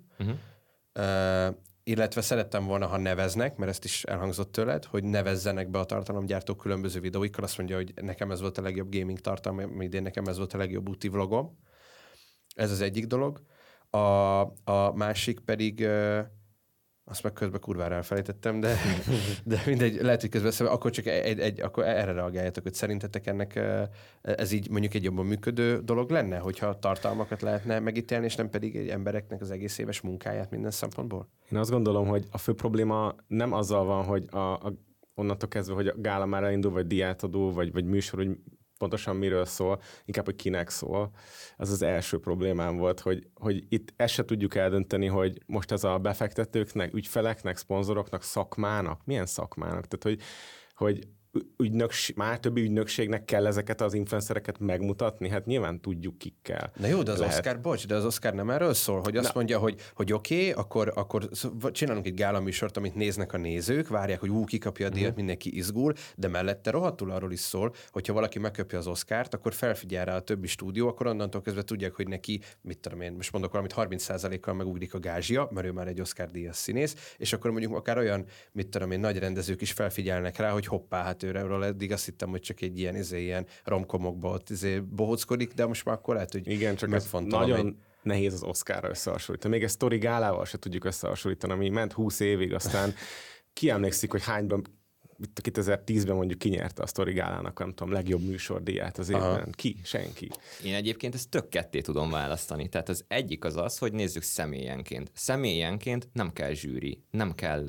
Illetve szerettem volna, ha neveznek, mert ezt is elhangzott tőled, hogy nevezzenek be a tartalomgyártók különböző videóikkal. Azt mondja, hogy nekem ez volt a legjobb gaming tartalom, idén nekem ez volt a legjobb úti vlogom. Ez az egyik dolog. A másik pedig, azt meg közben kurvára elfelejtettem, de mindegy, lehet, hogy közben akkor csak akkor erre reagáljatok, hogy szerintetek ennek ez így mondjuk egy jobban működő dolog lenne, hogyha tartalmakat lehetne megítélni, és nem pedig egy embereknek az egész éves munkáját minden szempontból?
Én azt gondolom, hogy a fő probléma nem azzal van, hogy onnantól kezdve, hogy a gála már elindul, vagy díjátadó, vagy műsor, hogy pontosan miről szól, inkább, hogy kinek szól. Ez az első problémám volt, hogy itt ezt se tudjuk eldönteni, hogy most ez a befektetőknek, ügyfeleknek, szponzoroknak, szakmának, milyen szakmának, tehát hogy már többi ügynökségnek kell ezeket az influencereket megmutatni, hát nyilván tudjuk kikkel.
Na jó, de az Oscar, de az Oscar nem erről szól, hogy azt mondja, hogy oké, akkor csinálunk egy gálaműsort, amit néznek a nézők, várják, hogy kikapja a díjat, mindenki izgul, de mellette rohadtul arról is szól, hogyha valaki megkapja az Oscart, akkor felfigyel rá a többi stúdió, akkor onnantól kezdve tudják, hogy neki, mit tudom én, most mondok valamit, 30%-kal megugrik a gázsia, mert ő már egy Oscar díjas színész, és akkor mondjuk akár olyan, mit tudom én, nagy rendezők is felfigyelnek rá, hogy hoppá, hát őről eddig azt hittem, hogy csak egy ilyen romkomokba ott bohóckodik, de most már akkor lehet, hogy
igen, csak ez nagyon nehéz az Oscarra összehasonlítani. Még egy sztori gálával se tudjuk összehasonlítani, ami ment 20 évig, aztán ki emlékszik, hogy hányban, itt 2010-ben mondjuk kinyerte a sztori gálának, nem tudom, legjobb műsordíját az évben. Aha. Ki? Senki.
Én egyébként ezt tök ketté tudom választani. Tehát az egyik az, hogy nézzük személyenként. Személyenként nem kell zsűri, nem kell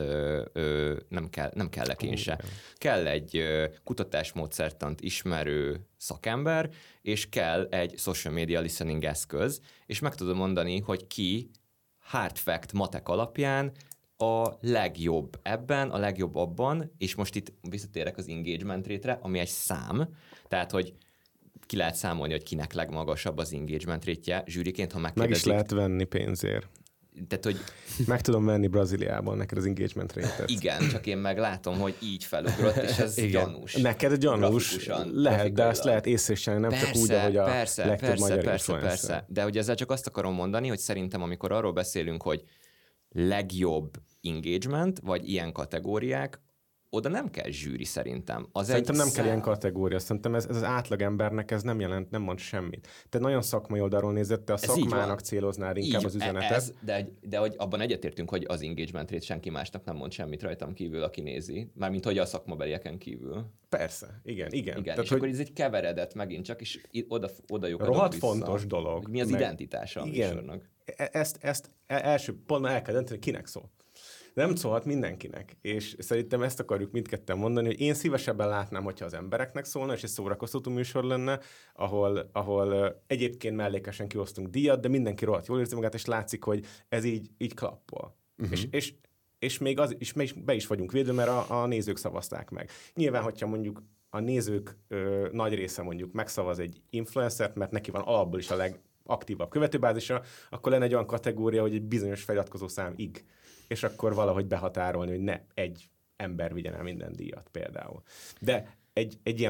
én se. Kell egy kutatásmódszertant ismerő szakember, és kell egy social media listening eszköz, és meg tudom mondani, hogy ki hard fact matek alapján a legjobb ebben, a legjobb abban, és most itt visszatérek az engagement rate-re, ami egy szám, tehát, hogy ki lehet számolni, hogy kinek legmagasabb az engagement rate-je zsűriként, ha megkérdezik.
Meg is lehet venni pénzért.
Tehát, hogy...
Meg tudom venni Brazíliában neked az engagement rate-et.
Igen, csak én meg látom, hogy így felugrott, és ez gyanús.
Neked gyanús, lehet, de azt lehet észre, nem csak úgy, ahogy a legtöbb magyar influencer.
Persze, de hogy ezzel csak azt akarom mondani, hogy szerintem, amikor arról beszélünk, hogy legjobb engagement, vagy ilyen kategóriák, oda nem kell zsűri szerintem.
Szerintem nem kell ilyen kategória, szerintem ez az átlagembernek ez nem jelent, nem mond semmit. Te nagyon szakmai oldalról nézett, te a szakmának céloznád inkább az üzenetet.
De hogy abban egyetértünk, hogy az engagement rate senki másnak nem mond semmit rajtam kívül, aki nézi. Mármint, hogy a szakmabelieken kívül.
Persze, igen. Tehát,
és akkor ez egy keveredett megint csak, és oda lyukadok
rohadt
vissza,
fontos dolog.
Hogy mi az identitása a műsornak.
Ezt első pontban el kell dönteni, kinek szól. Nem szólhat mindenkinek, és szerintem ezt akarjuk mindketten mondani, hogy én szívesebben látnám, hogyha az embereknek szólna, és egy szórakoztató műsor lenne, ahol egyébként mellékesen kiosztunk díjat, de mindenki rohadt jól érzi magát, és látszik, hogy ez így klappol. És és még be is vagyunk védve, mert a nézők szavazták meg. Nyilván, hogyha mondjuk a nézők nagy része mondjuk megszavaz egy influencert, mert neki van alapból is a legaktívabb követőbázisa, akkor lenne egy olyan kategória, hogy egy bizonyos feliratkozó számig, és akkor valahogy behatárolni, hogy ne egy ember vigyen el minden díjat például. De egy ilyen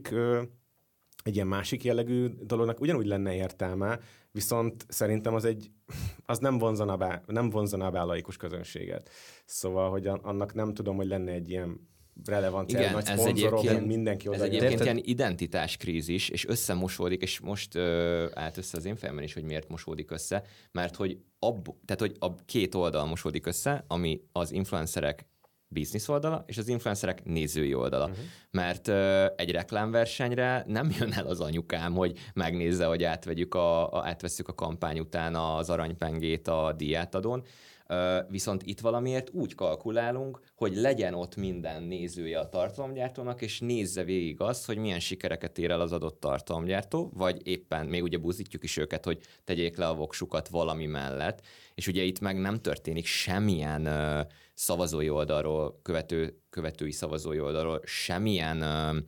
másik jellegű dolognak ugyanúgy lenne értelme, viszont szerintem az nem vonzaná be a laikus közönséget. Szóval, hogy annak nem tudom, hogy lenne egy ilyen relevancia,
igen,
nagy
ez
szponzorok, mindenki
oda. Ez egyébként ilyen identitáskrízis, és összemosódik, és most állt össze az én fejemben is, hogy miért mosódik össze, mert hogy a két oldal mosódik össze, ami az influencerek business oldala, és az influencerek nézői oldala. Mert egy reklámversenyre nem jön el az anyukám, hogy megnézze, hogy átvesszük a kampány után az aranypengét a díjátadón, viszont itt valamiért úgy kalkulálunk, hogy legyen ott minden nézője a tartalomgyártónak, és nézze végig azt, hogy milyen sikereket ér el az adott tartalomgyártó, vagy éppen még ugye buzdítjuk is őket, hogy tegyék le a voksukat valami mellett, és ugye itt meg nem történik semmilyen szavazói oldalról, követői szavazói oldalról, semmilyen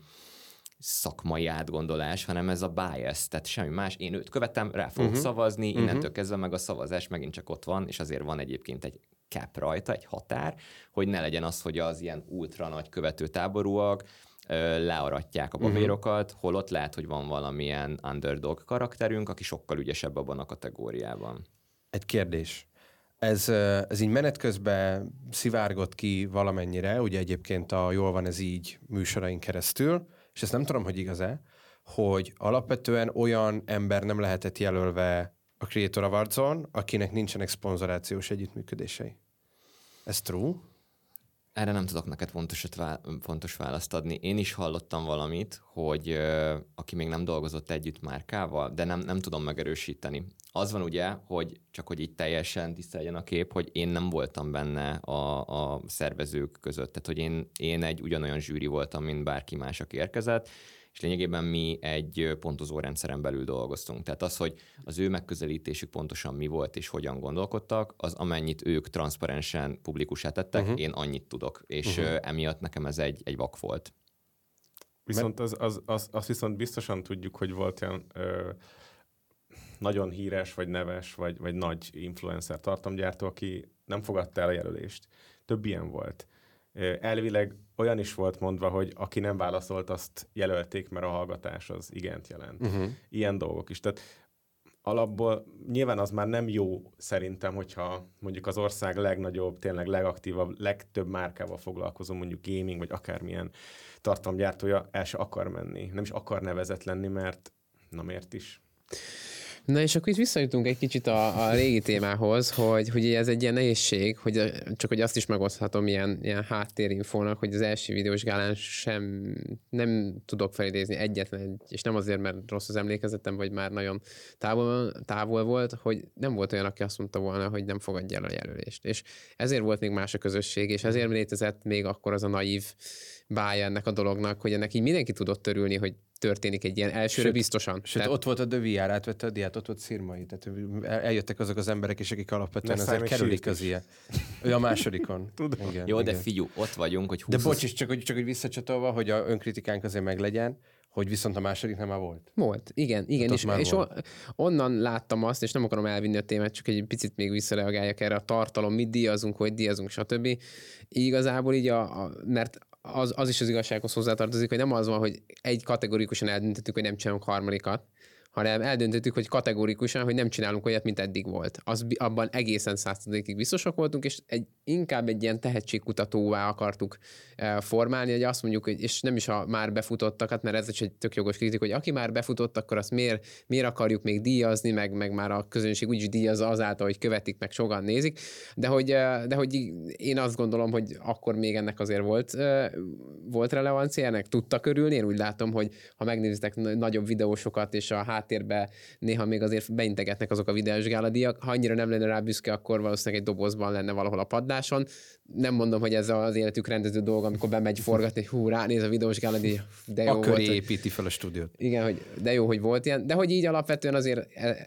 szakmai átgondolás, hanem ez a bias, tehát semmi más. Én őt követem, rá fogok szavazni, innentől kezdve meg a szavazás megint csak ott van, és azért van egyébként egy cap rajta, egy határ, hogy ne legyen az, hogy az ilyen ultra nagy követőtáborúak learatják a babérokat, holott lehet, hogy van valamilyen underdog karakterünk, aki sokkal ügyesebb abban a kategóriában.
Egy kérdés. Ez így menet közben szivárgott ki valamennyire, ugye egyébként a Jól van ez így műsoraink keresztül, és ezt nem tudom, hogy igaz-e, hogy alapvetően olyan ember nem lehetett jelölve a Creator Awards-on, akinek nincsenek szponzorációs együttműködései. Ez true?
Erre nem tudok neked pontos választ adni. Én is hallottam valamit, hogy aki még nem dolgozott együtt márkával, de nem tudom megerősíteni. Az van ugye, hogy csak hogy így teljesen tiszta legyen a kép, hogy én nem voltam benne a szervezők között. Tehát, hogy én egy ugyanolyan zsűri voltam, mint bárki más, aki érkezett, és lényegében mi egy pontozó rendszeren belül dolgoztunk. Tehát az, hogy az ő megközelítésük pontosan mi volt és hogyan gondolkodtak, az amennyit ők transzparensen publikussá tettek, én annyit tudok, és emiatt nekem ez egy vak volt.
Viszont azt viszont biztosan tudjuk, hogy volt olyan nagyon híres, vagy neves, vagy nagy influencer tartalomgyártó, aki nem fogadta el a jelölést. Több ilyen volt. Elvileg olyan is volt mondva, hogy aki nem válaszolt, azt jelölték, mert a hallgatás az igent jelent. Ilyen dolgok is. Tehát alapból nyilván az már nem jó szerintem, hogyha mondjuk az ország legnagyobb, tényleg legaktívabb, legtöbb márkával foglalkozó, mondjuk gaming, vagy akármilyen tartalomgyártója el se akar menni. Nem is akar nevezett lenni, mert na miért is?
Na és akkor itt visszajutunk egy kicsit a régi témához, hogy ez egy ilyen nehézség, hogy csak hogy azt is megoszthatom ilyen háttérinfónak, hogy az első videós gálán nem tudok felidézni egyetlen, és nem azért, mert rossz az emlékezetem, vagy már nagyon távol volt, hogy nem volt olyan, aki azt mondta volna, hogy nem fogadja el a jelölést. És ezért volt még más a közösség, és ezért létezett még akkor az a naív bája ennek a dolognak, hogy ennek így mindenki tudott örülni, hogy történik egy ilyen elsőre biztosan.
Sőt, ott volt a De VR, átvette a diát, ott volt Szirmai. Tehát eljöttek azok az emberek is, akik alapvetően azért kerülik az ilyen. Ő a másodikon.
Tudom. Igen, jó, igen. De figyelj, ott vagyunk, hogy
20... De bocs, csak hogy visszacsatolva, hogy a önkritikánk azért meglegyen, hogy viszont a második nem már volt.
Volt, igen. Hát és onnan láttam azt, és nem akarom elvinni a témát, csak egy picit még visszareagáljak erre a tartalom, mit díjazunk, hogy díjazunk, stb. Igazából így mert az is az igazsághoz hozzátartozik, hogy nem az van, hogy egy kategorikusan eldöntöttük, hogy nem csinálunk harmadikat, hanem eldöntöttük, hogy kategorikusan, hogy nem csinálunk olyat, mint eddig volt. Abban egészen 100%-ig biztosak voltunk, és inkább egy ilyen tehetségkutatóvá akartuk formálni, hogy azt mondjuk, hogy, és nem is a már befutottakat, mert ez is egy tök jogos kritik, hogy aki már befutott, akkor azt miért akarjuk még díjazni, meg már a közönség úgyis díjazza azáltal, hogy követik, meg sokan nézik, de hogy én azt gondolom, hogy akkor még ennek azért volt relevancia, ennek tudtak örülni. Én úgy látom, hogy ha megnézitek nagyobb videósokat, és a háttérbe néha még azért beintegetnek azok a videós gáladíjak. Ha annyira nem lenne rá büszke, akkor valószínűleg egy dobozban lenne valahol a padláson. Nem mondom, hogy ez az életük rendező dolga, amikor bemegy forgatni, hogy ránéz a videós gáladíj, de jó
volt. Akkor építi fel a stúdiót.
Igen, hogy de jó, hogy volt ilyen. De hogy így alapvetően azért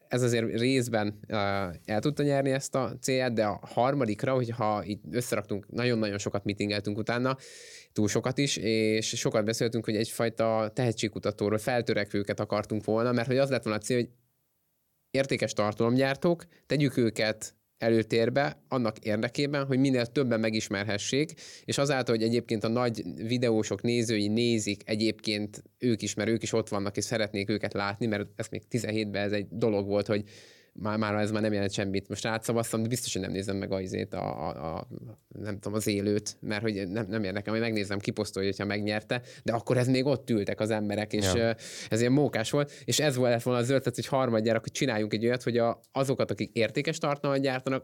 ez azért részben el tudta nyerni ezt a célját, de a harmadikra, hogyha itt összeraktunk, nagyon-nagyon sokat meetingeltünk utána, túl sokat is, és sokat beszéltünk, hogy egyfajta tehetségkutatóról, feltörekvőket akartunk volna, mert hogy az lett volna a cél, hogy értékes tartalomgyártók, tegyük őket előtérbe annak érdekében, hogy minél többen megismerhessék, és azáltal, hogy egyébként a nagy videósok nézői nézik egyébként ők is, mert ők is ott vannak, és szeretnék őket látni, mert ez még 17-ben ez egy dolog volt, hogy már ez már nem jelent semmit. Most átszavaztam, de biztos, hogy nem nézem meg nem tudom, az élőt, mert hogy nem érdekel, hogy megnézem, kiposztolja, hogyha megnyerte, de akkor ez még ott ültek az emberek, és ez ilyen mókás volt, és ez lett volna az ötlet, hogy harmadjára, hogy csináljunk egy olyat, hogy azokat, akik értékes tartalmat gyártanak,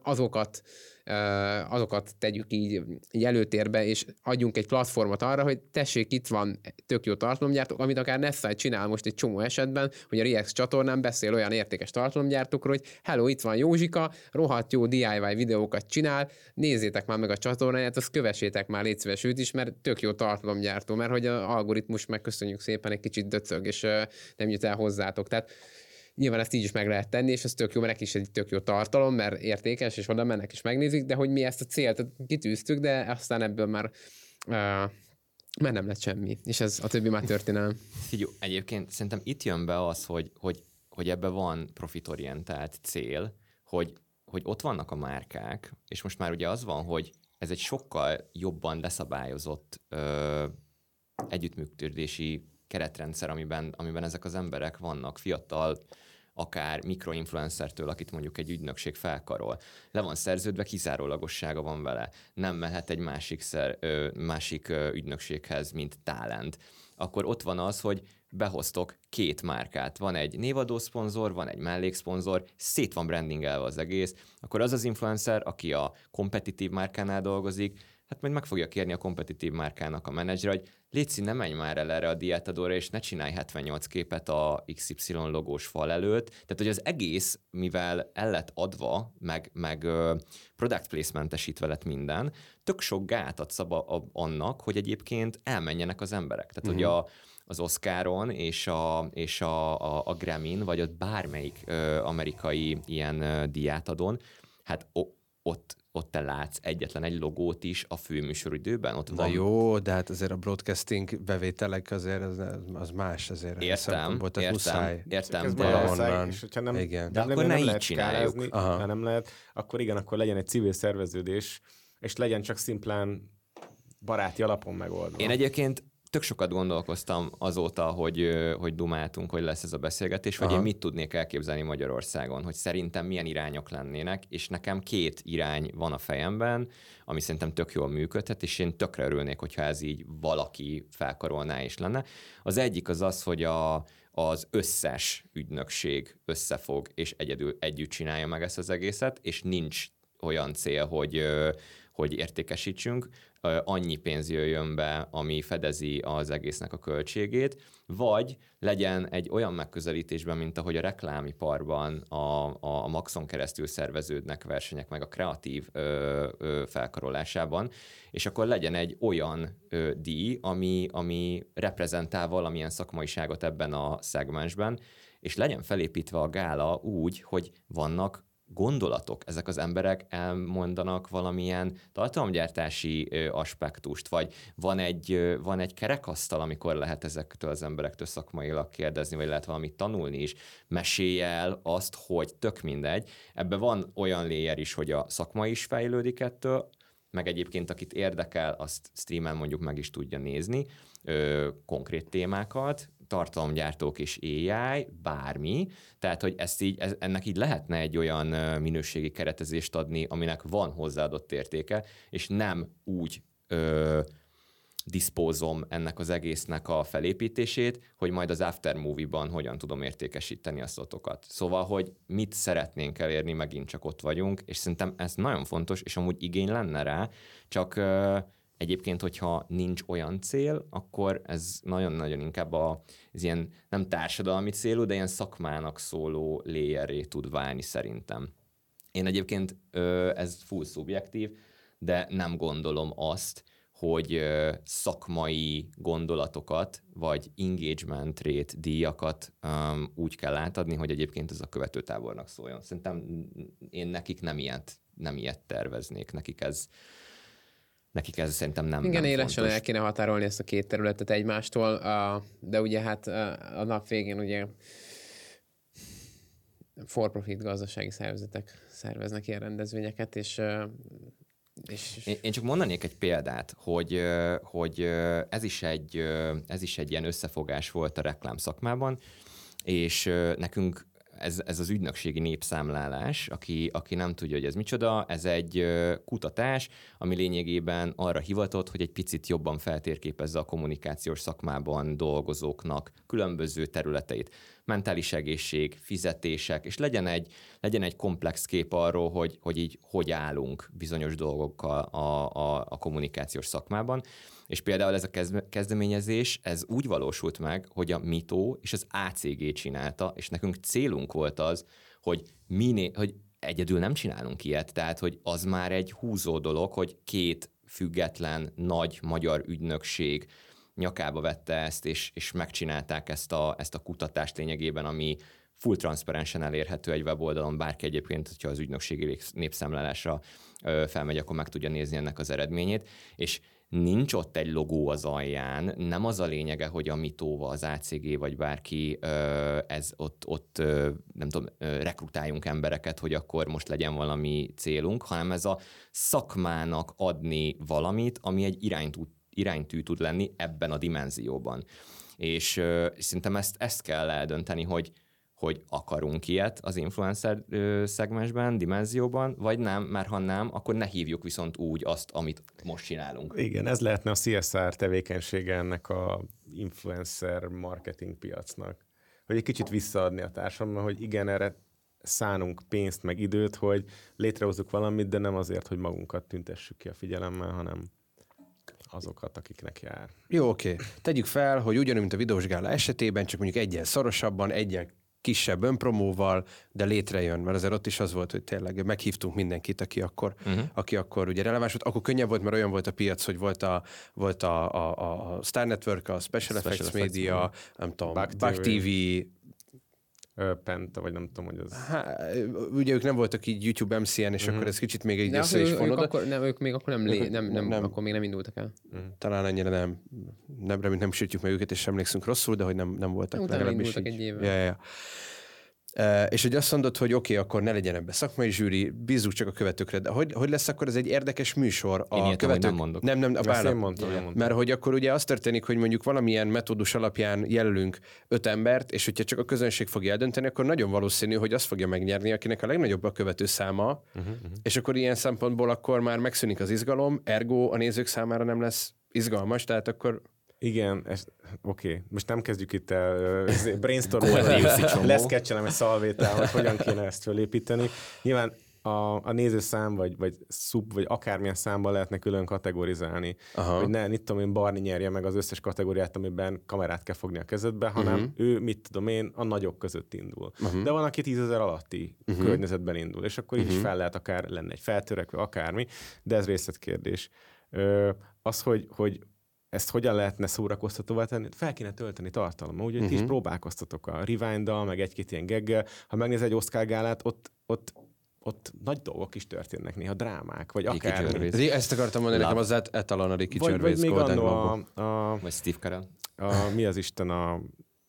azokat tegyük így előtérbe, és adjunk egy platformot arra, hogy tessék, itt van tök jó tartalomgyártók, amit akár Nessai csinál most egy csomó esetben, hogy a React csatornán beszél olyan értékes tartalomgyártókról, hogy hello, itt van Józsika, rohadt jó DIY videókat csinál, nézzétek már meg a csatornáját, azt kövessétek már, légy szíves őt is, mert tök jó tartalomgyártó, mert hogy az algoritmus megköszönjük szépen egy kicsit döcög, és nem jut el hozzátok. Tehát nyilván ezt így is meg lehet tenni, és ez tök jó, mert neki is egy tök jó tartalom, mert értékes, és oda mennek és megnézik, de hogy mi ezt a célt kitűztük, de aztán ebből már nem lett semmi, és ez a többi már történelem.
Figyelj, egyébként szerintem itt jön be az, hogy ebben van profitorientált cél, hogy ott vannak a márkák, és most már ugye az van, hogy ez egy sokkal jobban leszabályozott együttműködési keretrendszer, amiben ezek az emberek vannak, fiatal, akár mikroinfluencertől, akit mondjuk egy ügynökség felkarol. Le van szerződve, kizárólagossága van vele. Nem mehet egy másik ügynökséghez, mint talent. Akkor ott van az, hogy behoztok 2 márkát. Van egy névadó szponzor, van egy mellékszponzor, szét van brandingelve az egész. Akkor az influencer, aki a kompetitív márkánál dolgozik, hát majd meg fogja kérni a kompetitív márkának a menedzser, hogy létszi, ne menj már el erre a diátadóra, és ne csinálj 78 képet a XY logós fal előtt. Tehát, hogy az egész, mivel el lett adva, meg product placement-esítve lett minden, tök sok gátat szab annak, hogy egyébként elmenjenek az emberek. Tehát, hogy az Oscaron és a Grammy-n, vagy ott bármelyik amerikai ilyen diátadón, hát ott te látsz egyetlen egy logót is a főműsoridőben. Ott van.
Jó, de hát azért a broadcasting bevételek azért az más azért.
Értem.
De és hogyha nem,
igen. De akkor ne így csináljuk.
Nem lehet, akkor igen, akkor legyen egy civil szerveződés, és legyen csak szimplán baráti alapon megoldva.
Én egyébként tök sokat gondolkoztam azóta, hogy dumáltunk, hogy lesz ez a beszélgetés, hogy én mit tudnék elképzelni Magyarországon, hogy szerintem milyen irányok lennének, és nekem 2 irány van a fejemben, ami szerintem tök jól működhet, és én tökre örülnék, hogyha ez így valaki felkarolná és lenne. Az egyik az, hogy az összes ügynökség összefog, és együtt csinálja meg ezt az egészet, és nincs olyan cél, hogy értékesítsünk, annyi pénz jöjjön be, ami fedezi az egésznek a költségét, vagy legyen egy olyan megközelítésben, mint ahogy a reklámiparban a Maxon keresztül szerveződnek versenyek, meg a kreatív felkarolásában, és akkor legyen egy olyan díj, ami reprezentál valamilyen szakmaiságot ebben a szegmensben, és legyen felépítve a gála úgy, hogy vannak gondolatok, ezek az emberek elmondanak valamilyen tartalomgyártási aspektust, vagy van egy kerekasztal, amikor lehet ezektől az emberektől szakmailag kérdezni, vagy lehet valamit tanulni is. Mesélj el azt, hogy tök mindegy. Ebben van olyan layer is, hogy a szakma is fejlődik ettől, meg egyébként akit érdekel, azt streamen mondjuk meg is tudja nézni, konkrét témákat, tartalomgyártók és AI, bármi, tehát, hogy ennek így lehetne egy olyan minőségi keretezést adni, aminek van hozzáadott értéke, és nem úgy diszpózom ennek az egésznek a felépítését, hogy majd az aftermovie-ban hogyan tudom értékesíteni a szlotokat. Szóval, hogy mit szeretnénk elérni, megint csak ott vagyunk, és szerintem ez nagyon fontos, és amúgy igény lenne rá, csak egyébként, hogyha nincs olyan cél, akkor ez nagyon-nagyon inkább az ilyen nem társadalmi célú, de ilyen szakmának szóló layerré tud válni szerintem. Én egyébként, ez full szubjektív, de nem gondolom azt, hogy szakmai gondolatokat, vagy engagement rate díjakat úgy kell átadni, hogy egyébként ez a követőtábornak szóljon. Szerintem én nekik nem ilyet terveznék, nekik ez szerintem nem
igen,
nem
élesen
fontos.
el kéne határolni ezt a két területet egymástól, de ugye hát a nap végén ugye for-profit gazdasági szervezetek szerveznek ilyen rendezvényeket, és
Én csak mondanék egy példát, hogy ez is egy ilyen összefogás volt a reklám szakmában, és nekünk ez az ügynökségi népszámlálás, aki nem tudja, hogy ez micsoda, ez egy kutatás, ami lényegében arra hivatott, hogy egy picit jobban feltérképezze a kommunikációs szakmában dolgozóknak különböző területeit. Mentális egészség, fizetések, és legyen egy komplex kép arról, hogy állunk bizonyos dolgokkal a kommunikációs szakmában. És például ez a kezdeményezés, ez úgy valósult meg, hogy a MITO és az ACG csinálta, és nekünk célunk volt az, hogy egyedül nem csinálunk ilyet, tehát hogy az már egy húzó dolog, hogy két független, nagy magyar ügynökség nyakába vette ezt, és megcsinálták ezt a kutatást lényegében, ami full transzparensen elérhető egy weboldalon, bárki egyébként, hogyha az ügynökségi népszámlálásra felmegy, akkor meg tudja nézni ennek az eredményét, és nincs ott egy logó az alján, nem az a lényege, hogy a MITO, az ACG vagy bárki ez ott nem tudom, rekrutáljunk embereket, hogy akkor most legyen valami célunk, hanem ez a szakmának adni valamit, ami egy iránytű tud lenni ebben a dimenzióban. És szerintem ezt kell eldönteni, hogy akarunk ilyet az influencer szegmensben, dimenzióban, vagy nem, mert ha nem, akkor ne hívjuk viszont úgy azt, amit most csinálunk.
Igen, ez lehetne a CSR tevékenysége ennek a influencer marketing piacnak. Hogy egy kicsit visszaadni a társadalomban, hogy igen, erre szánunk pénzt meg időt, hogy létrehozzuk valamit, de nem azért, hogy magunkat tüntessük ki a figyelemmel, hanem azokat, akiknek jár.
Jó, oké. Tegyük fel, hogy ugyanúgy, mint a videós gála esetében, csak mondjuk egyen szorosabban, egyen kisebb önpromóval, de létrejön, mert azért ott is az volt, hogy tényleg meghívtunk mindenkit, aki akkor ugye releváns volt. Akkor könnyebb volt, mert olyan volt a piac, hogy volt a Star Network, a Special Effects Media, nem tudom, Bug TV,
Penta, vagy nem tudom, hogy az...
Ugye ők nem voltak így YouTube MCN, és akkor ez kicsit még egy össze is fonódott.
Ők még akkor akkor még nem indultak el.
Talán annyira nem sértjük meg őket, és emlékszünk rosszul, de hogy nem voltak.
Utána indultak egy évvel.
Ja. És hogy azt mondod, hogy oké, akkor ne legyen ebbe szakmai zsűri, bízzuk csak a követőkre, de hogy lesz akkor ez egy érdekes műsor?
Én követők... nem mondok.
Nem, mondtam. Mert hogy akkor ugye az történik, hogy mondjuk valamilyen metódus alapján jelölünk 5 embert, és hogyha csak a közönség fogja eldönteni, akkor nagyon valószínű, hogy azt fogja megnyerni, akinek a legnagyobb a követő száma, és akkor ilyen szempontból akkor már megszűnik az izgalom, ergo a nézők számára nem lesz izgalmas, tehát akkor...
Igen, oké. Most nem kezdjük itt el brainstormolni, leszketcselem egy szalvétál, hogy hogyan kéne ezt fölépíteni. Nyilván a nézőszám, vagy szub, vagy akármilyen számban lehetne külön kategorizálni. Hogy ne, mit tudom én, Barni nyerje meg az összes kategóriát, amiben kamerát kell fogni a kezedbe, hanem ő, mit tudom én, a nagyok között indul. De van, aki 10 000 alatti környezetben indul, és akkor így is fel lehet akár lenne egy feltörekvő, akármi, de ez részletkérdés. Az, hogy ezt hogyan lehetne szórakoztatóvá tenni? Fel kéne tölteni tartalommal. Úgyhogy ti is próbálkoztatok a Rewind-dal, meg egy-két ilyen geggel. Ha megnéz egy Oscar gálát, ott nagy dolgok is történnek, néha drámák, vagy akármi.
Ezt akartam mondani, nekem az etalon a Ricky Gervais
még
Golden
Globe. Vagy Steve Carell.
Mi az Isten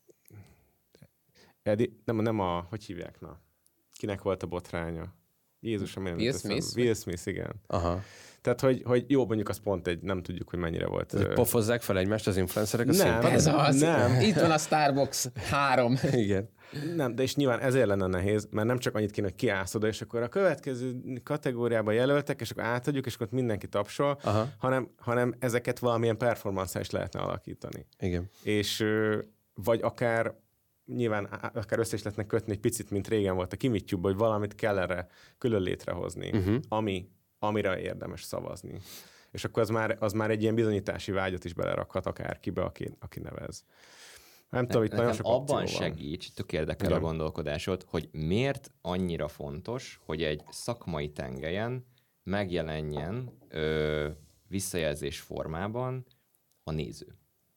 nem hogy hívják, kinek volt a botránya? Jézusom, Will Smith, igen.
Aha.
Tehát, hogy jó, mondjuk az pont nem tudjuk, hogy mennyire volt.
Pofozzák fel egymást az influencerek a színpadon?
Ez az. Nem. Itt van a Starbucks 3.
Igen.
Nem, de és nyilván ezért lenne nehéz, mert nem csak annyit kéne, hogy kiállsz oda, és akkor a következő kategóriába jelöltek, és akkor átadjuk, és akkor mindenki tapsol, hanem ezeket valamilyen performance-ra is lehetne alakítani.
Igen.
És vagy akár nyilván akár össze is lehetne kötni egy picit, mint régen volt a Kimitube, hogy valamit kell erre külön létrehozni, amire érdemes szavazni. És akkor az már egy ilyen bizonyítási vágyat is belerakhat akárkibe, aki nevez. Nem tudom, itt nagyon sok
abban segíts, tök érdekel a gondolkodásod, hogy miért annyira fontos, hogy egy szakmai tengelyen megjelenjen visszajelzés formában a néző.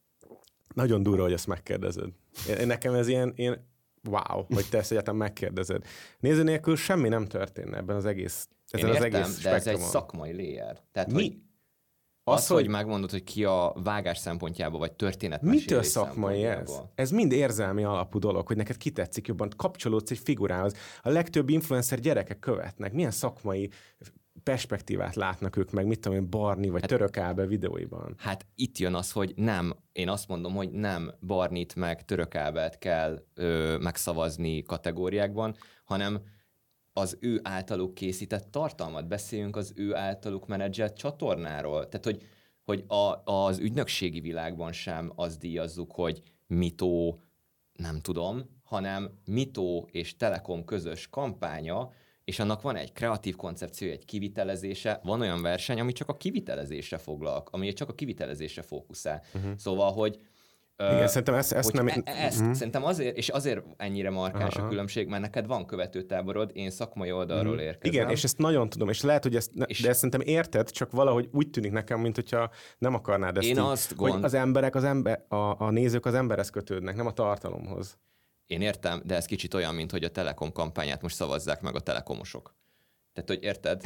Nagyon durva, hogy ezt megkérdezed. Nekem ez ilyen wow, hogy te ezt egyáltalán megkérdezed. Néző nélkül semmi nem történne ebben az egész
Én értem,
az egész
de ez egy
spektrumon.
szakmai layer. Tehát,
Mi?
hogy az, hogy megmondod, hogy ki a vágás szempontjából, vagy történetmesélés
Mitől szakmai ez?
szempontjából.
Ez mind érzelmi alapú dolog, hogy neked kitetszik jobban, kapcsolódsz egy figurához. A legtöbb influencer gyerekek követnek. Milyen szakmai perspektívát látnak ők meg, mit tudom én, Barni vagy Török Ábel videóiban.
Hát itt jön az, hogy nem, én azt mondom, hogy nem Barnit meg Török Ábelt kell megszavazni kategóriákban, hanem az ő általuk készített tartalmat, beszéljünk az ő általuk menedzselt csatornáról. Tehát, hogy az ügynökségi világban sem azt díjazzuk, hogy Mitó, nem tudom, hanem Mitó és Telekom közös kampánya, és annak van egy kreatív koncepciója, egy kivitelezése, van olyan verseny, ami csak a kivitelezésre ami csak a kivitelezésre fókuszál. Szóval, hogy
igen, szerintem ezt nem...
Szerintem azért, és azért ennyire markáns a különbség, mert neked van követőtáborod, én szakmai oldalról érkezem.
Igen, és ezt nagyon tudom, és lehet, hogy de ezt szerintem érted, csak valahogy úgy tűnik nekem, mint hogyha nem akarnád ezt hogy az emberek, a nézők az emberhez kötődnek, nem a tartalomhoz.
Én értem, de ez kicsit olyan, mint hogy a Telekom kampányát most szavazzák meg a telekomosok. Tehát, hogy érted?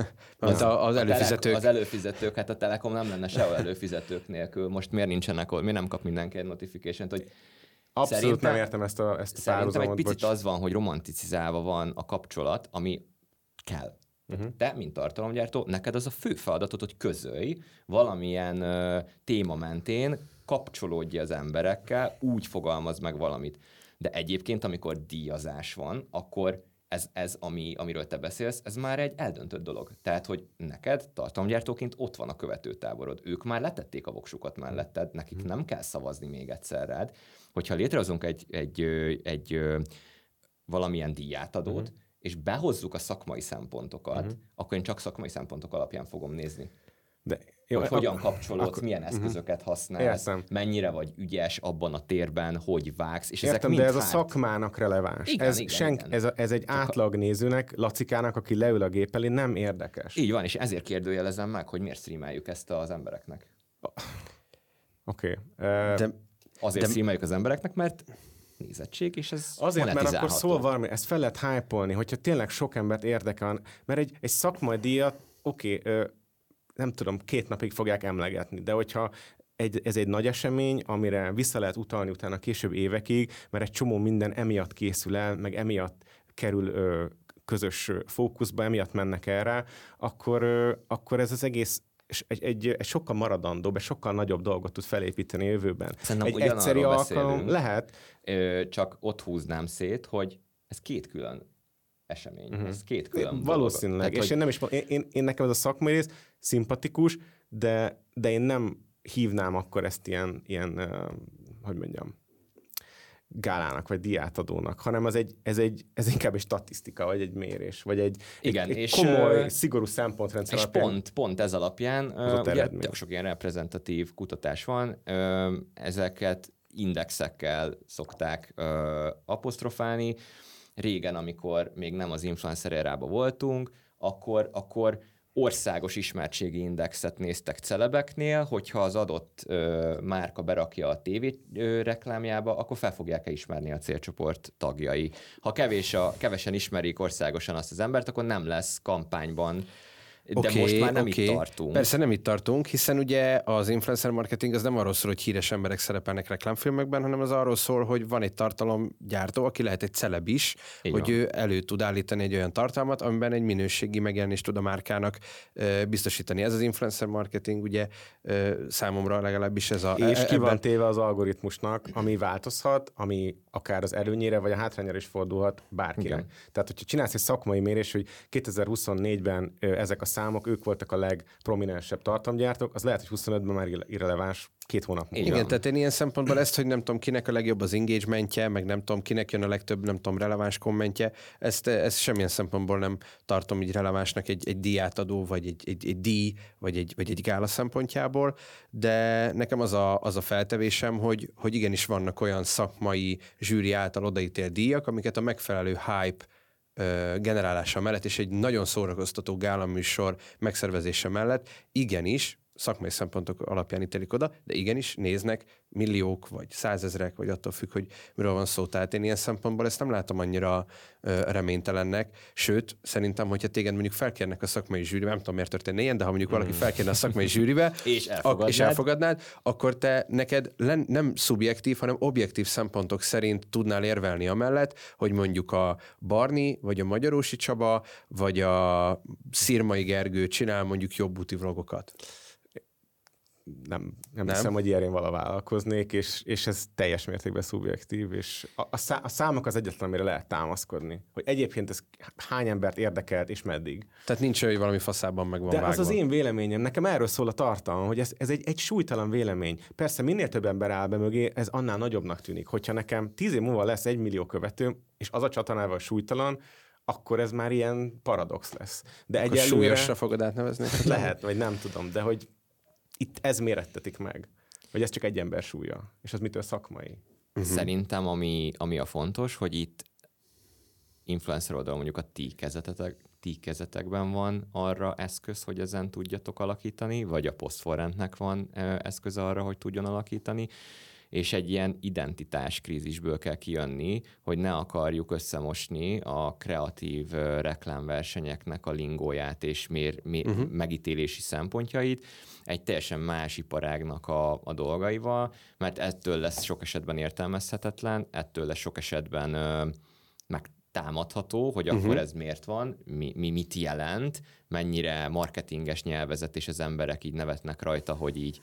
Az előfizetők.
Az előfizetők, hát a Telekom nem lenne sehol előfizetők nélkül. Most miért nincsenek, miért nem kap mindenki egy notification-t, hogy
abszolút nem értem ezt a párhuzamot.
Szerintem egy picit az van, hogy romanticizálva van a kapcsolat, ami kell. Te, mint tartalomgyártó, neked az a fő feladatod, hogy közölj valamilyen téma mentén, kapcsolódj az emberekkel, úgy fogalmazd meg valamit. De egyébként, amikor díjazás van, akkor amiről te beszélsz, ez már egy eldöntött dolog. Tehát, hogy neked tartalomgyártóként ott van a követőtáborod. Ők már letették a voksukat melletted, nekik nem kell szavazni még egyszer rád. Hogyha létrehozunk egy valamilyen díjátadót, és behozzuk a szakmai szempontokat, akkor én csak szakmai szempontok alapján fogom nézni.
De
jó, hogy hogyan kapcsolódsz, milyen eszközöket használsz, mennyire vagy ügyes abban a térben, hogy vágsz. És
értem,
ezek mind
de ez a szakmának releváns. Igen. Ez egy átlag nézőnek, Lacikának, aki leül a gép elé, nem érdekes.
Így van, és ezért kérdőjelezem meg, hogy miért streameljük ezt az embereknek.
Oké.
Azért streameljük az embereknek, mert nézettség, és ez
azért, mert akkor szól valami, ezt fel lehet hype-olni, hogyha tényleg sok embert érdekel, mert egy szakmai díjat, nem tudom, 2 napig fogják emlegetni, de hogyha ez egy nagy esemény, amire vissza lehet utalni utána később évekig, mert egy csomó minden emiatt készül el, meg emiatt kerül közös fókuszba, emiatt mennek erre, akkor ez az egész egy sokkal maradandóbb, egy sokkal nagyobb dolgot tud felépíteni a jövőben.
Szerintem
egy egyszeri alkalom lehet.
Csak ott húznám szét, hogy ez 2 külön esemény. Ez 2 külön
valószínűleg. Tehát, és én nem is én nekem ez a szakmai rész szimpatikus, de én nem hívnám akkor ezt ilyen hogy mondjam, gálának, vagy díjátadónak, hanem ez inkább egy statisztika, vagy egy mérés, vagy egy komoly, szigorú szempontrendszer.
És pont ez alapján, ugye tök sok ilyen reprezentatív kutatás van, ezeket indexekkel szokták apostrofálni. Régen, amikor még nem az influencer érában voltunk, akkor országos ismertségi indexet néztek celebeknél, hogyha az adott márka berakja a TV reklámjába, akkor fel fogják-e ismerni a célcsoport tagjai. Ha kevesen ismerik országosan azt az embert, akkor nem lesz kampányban. De most már nem itt tartunk.
Persze nem itt tartunk, hiszen ugye az influencer marketing az nem arról szól, hogy híres emberek szerepelnek reklámfilmekben, hanem az arról szól, hogy van egy tartalomgyártó, aki lehet egy celeb is, hogy ő elő tud állítani egy olyan tartalmat, amiben egy minőségi megjelenést tud a márkának biztosítani. Ez az influencer marketing ugye számomra legalábbis ez a...
És ki van téve az algoritmusnak, ami változhat, ami akár az előnyére vagy a hátrányára is fordulhat bárkinek. Igen. Tehát, hogyha csinálsz egy szakmai mérés, hogy 2024-ben ezek a számok, ők voltak a legprominensebb tartalomgyártók, az lehet, hogy 25-ben már irreleváns 2 hónap múlva.
Igen, tehát én ilyen szempontból ezt, hogy nem tudom, kinek a legjobb az engagementje, meg nem tudom, kinek jön a legtöbb, nem tudom, releváns kommentje, ezt semmilyen szempontból nem tartom így relevánsnak egy díjátadó, vagy egy díj, vagy egy gála szempontjából, de nekem az a feltevésem, hogy igenis vannak olyan szakmai zsűri által odaítélt díjak, amiket a megfelelő hype generálása mellett, és egy nagyon szórakoztató gálaműsor megszervezése mellett igenis szakmai szempontok alapján ítélik oda, de igenis néznek milliók, vagy százezrek, vagy attól függ, hogy miről van szó. Tehát én ilyen szempontból ezt nem látom annyira reménytelennek, sőt, szerintem, hogyha téged mondjuk felkérnek a szakmai zsűribe, nem tudom, miért történne ilyen, de ha mondjuk valaki felkérne a szakmai zsűribe, és elfogadnád, akkor te neked nem szubjektív, hanem objektív szempontok szerint tudnál érvelni amellett, hogy mondjuk a Barni, vagy a Magyarósi Csaba, vagy a Szirmai Gergő csinál mondjuk jobb úti vlogokat.
Nem hiszem, hogy ilyenén vala vállalkoznék, és ez teljes mértékben szubjektív, és a számok az egyetlen, amire lehet támaszkodni. Hogy egyébként ez hány embert érdekelt, és meddig.
Tehát nincs olyan, hogy valami faszában meg van
De
vágva.
az az én véleményem, nekem erről szól a tartalom, hogy ez egy súlytalan vélemény. Persze minél több ember áll be mögé, ez annál nagyobbnak tűnik. Hogyha nekem 10 év múlva lesz 1 millió követőm, és az a csatornával súlytalan, akkor ez már ilyen paradox lesz. De
akkor
egyelőre
súlyosra fogod átnevezni?
lehet, vagy nem tudom, de hogy itt ez mérettetik meg, hogy ez csak egy ember súlya, és az mitől szakmai.
Szerintem, ami a fontos, hogy itt influencer oldalon mondjuk a ti kezetekben van arra eszköz, hogy ezen tudjatok alakítani, vagy a Postforrentnek van eszköz arra, hogy tudjon alakítani, és egy ilyen identitáskrízisből kell kijönni, hogy ne akarjuk összemosni a kreatív reklámversenyeknek a lingóját és megítélési szempontját egy teljesen más iparágnak a dolgaival, mert ettől lesz sok esetben értelmezhetetlen, ettől lesz sok esetben megtámadható, hogy akkor ez miért van, mit jelent, mennyire marketinges nyelvezet, és az emberek így nevetnek rajta, hogy így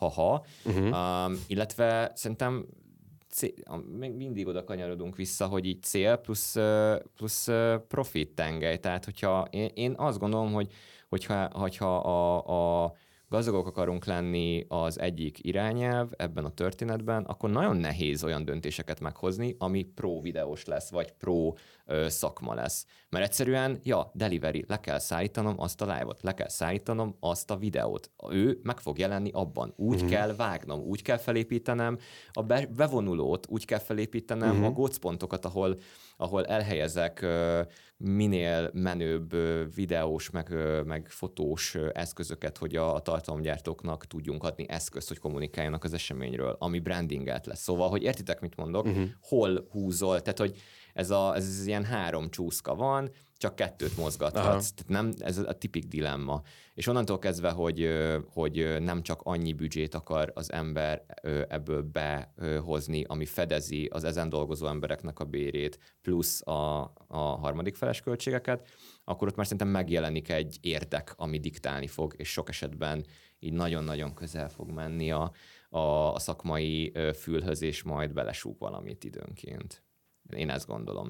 illetve szerintem még mindig oda kanyarodunk vissza, hogy így cél plusz profit tengely. Tehát, hogyha én azt gondolom, hogyha a gazdagok akarunk lenni az egyik irányelv ebben a történetben, akkor nagyon nehéz olyan döntéseket meghozni, ami pro videós lesz, vagy pro szakma lesz. Mert egyszerűen, delivery, le kell szállítanom azt a live-ot, le kell szállítanom azt a videót. Ő meg fog jelenni abban. Úgy kell vágnom, úgy kell felépítenem a bevonulót, úgy kell felépítenem a gócpontokat, ahol elhelyezek minél menőbb videós, meg fotós eszközöket, hogy a tartalomgyártóknak tudjunk adni eszközt, hogy kommunikáljanak az eseményről, ami brandinget lesz. Szóval, hogy értitek, mit mondok? Hol húzol? Tehát, hogy ez ilyen 3 csúszka van, csak 2 mozgathatsz. Tehát nem, ez a tipik dilemma. És onnantól kezdve, hogy nem csak annyi büdzsét akar az ember ebből behozni, ami fedezi az ezen dolgozó embereknek a bérét, plusz a harmadik feles költségeket, akkor ott már szerintem megjelenik egy érdek, ami diktálni fog, és sok esetben így nagyon-nagyon közel fog menni a szakmai fülhöz, és majd belesúg valamit időnként. Én ezt gondolom.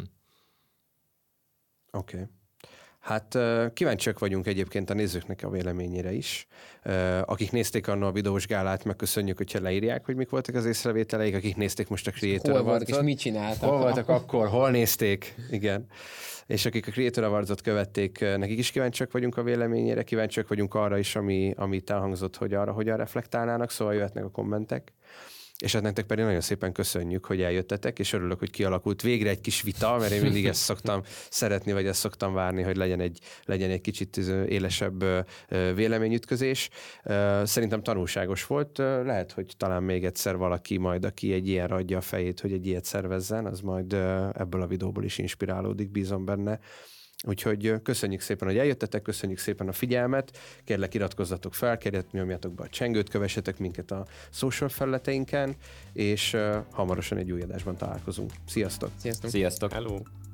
Oké. Hát kíváncsiak vagyunk egyébként a nézőknek a véleményére is. Akik nézték annól a videós gálát, megköszönjük, hogyha leírják, hogy mik voltak az észrevételeik, akik nézték most a Creator
Hol voltak
Awards-ot.
és mit csináltak?
Hol voltak akkor, hol nézték, igen. És akik a Creator Awards-ot követték, nekik is kíváncsiak vagyunk a véleményére, kíváncsiak vagyunk arra is, amit elhangzott, hogy arra hogyan reflektálnának, szóval jöhetnek a kommentek. És hát nektek pedig nagyon szépen köszönjük, hogy eljöttetek, és örülök, hogy kialakult végre egy kis vita, mert én mindig ezt szoktam szeretni, vagy ezt szoktam várni, hogy legyen egy kicsit élesebb véleményütközés. Szerintem tanulságos volt. Lehet, hogy talán még egyszer valaki majd, aki egy ilyen adja a fejét, hogy egy ilyet szervezzen, az majd ebből a videóból is inspirálódik, bízom benne. Úgyhogy köszönjük szépen, hogy eljöttetek, köszönjük szépen a figyelmet, kérlek iratkozzatok fel, kérlek nyomjatok be a csengőt, kövessetek minket a social felületeinken, és hamarosan egy új adásban találkozunk. Sziasztok!
Sziasztok!
Sziasztok!
Hello!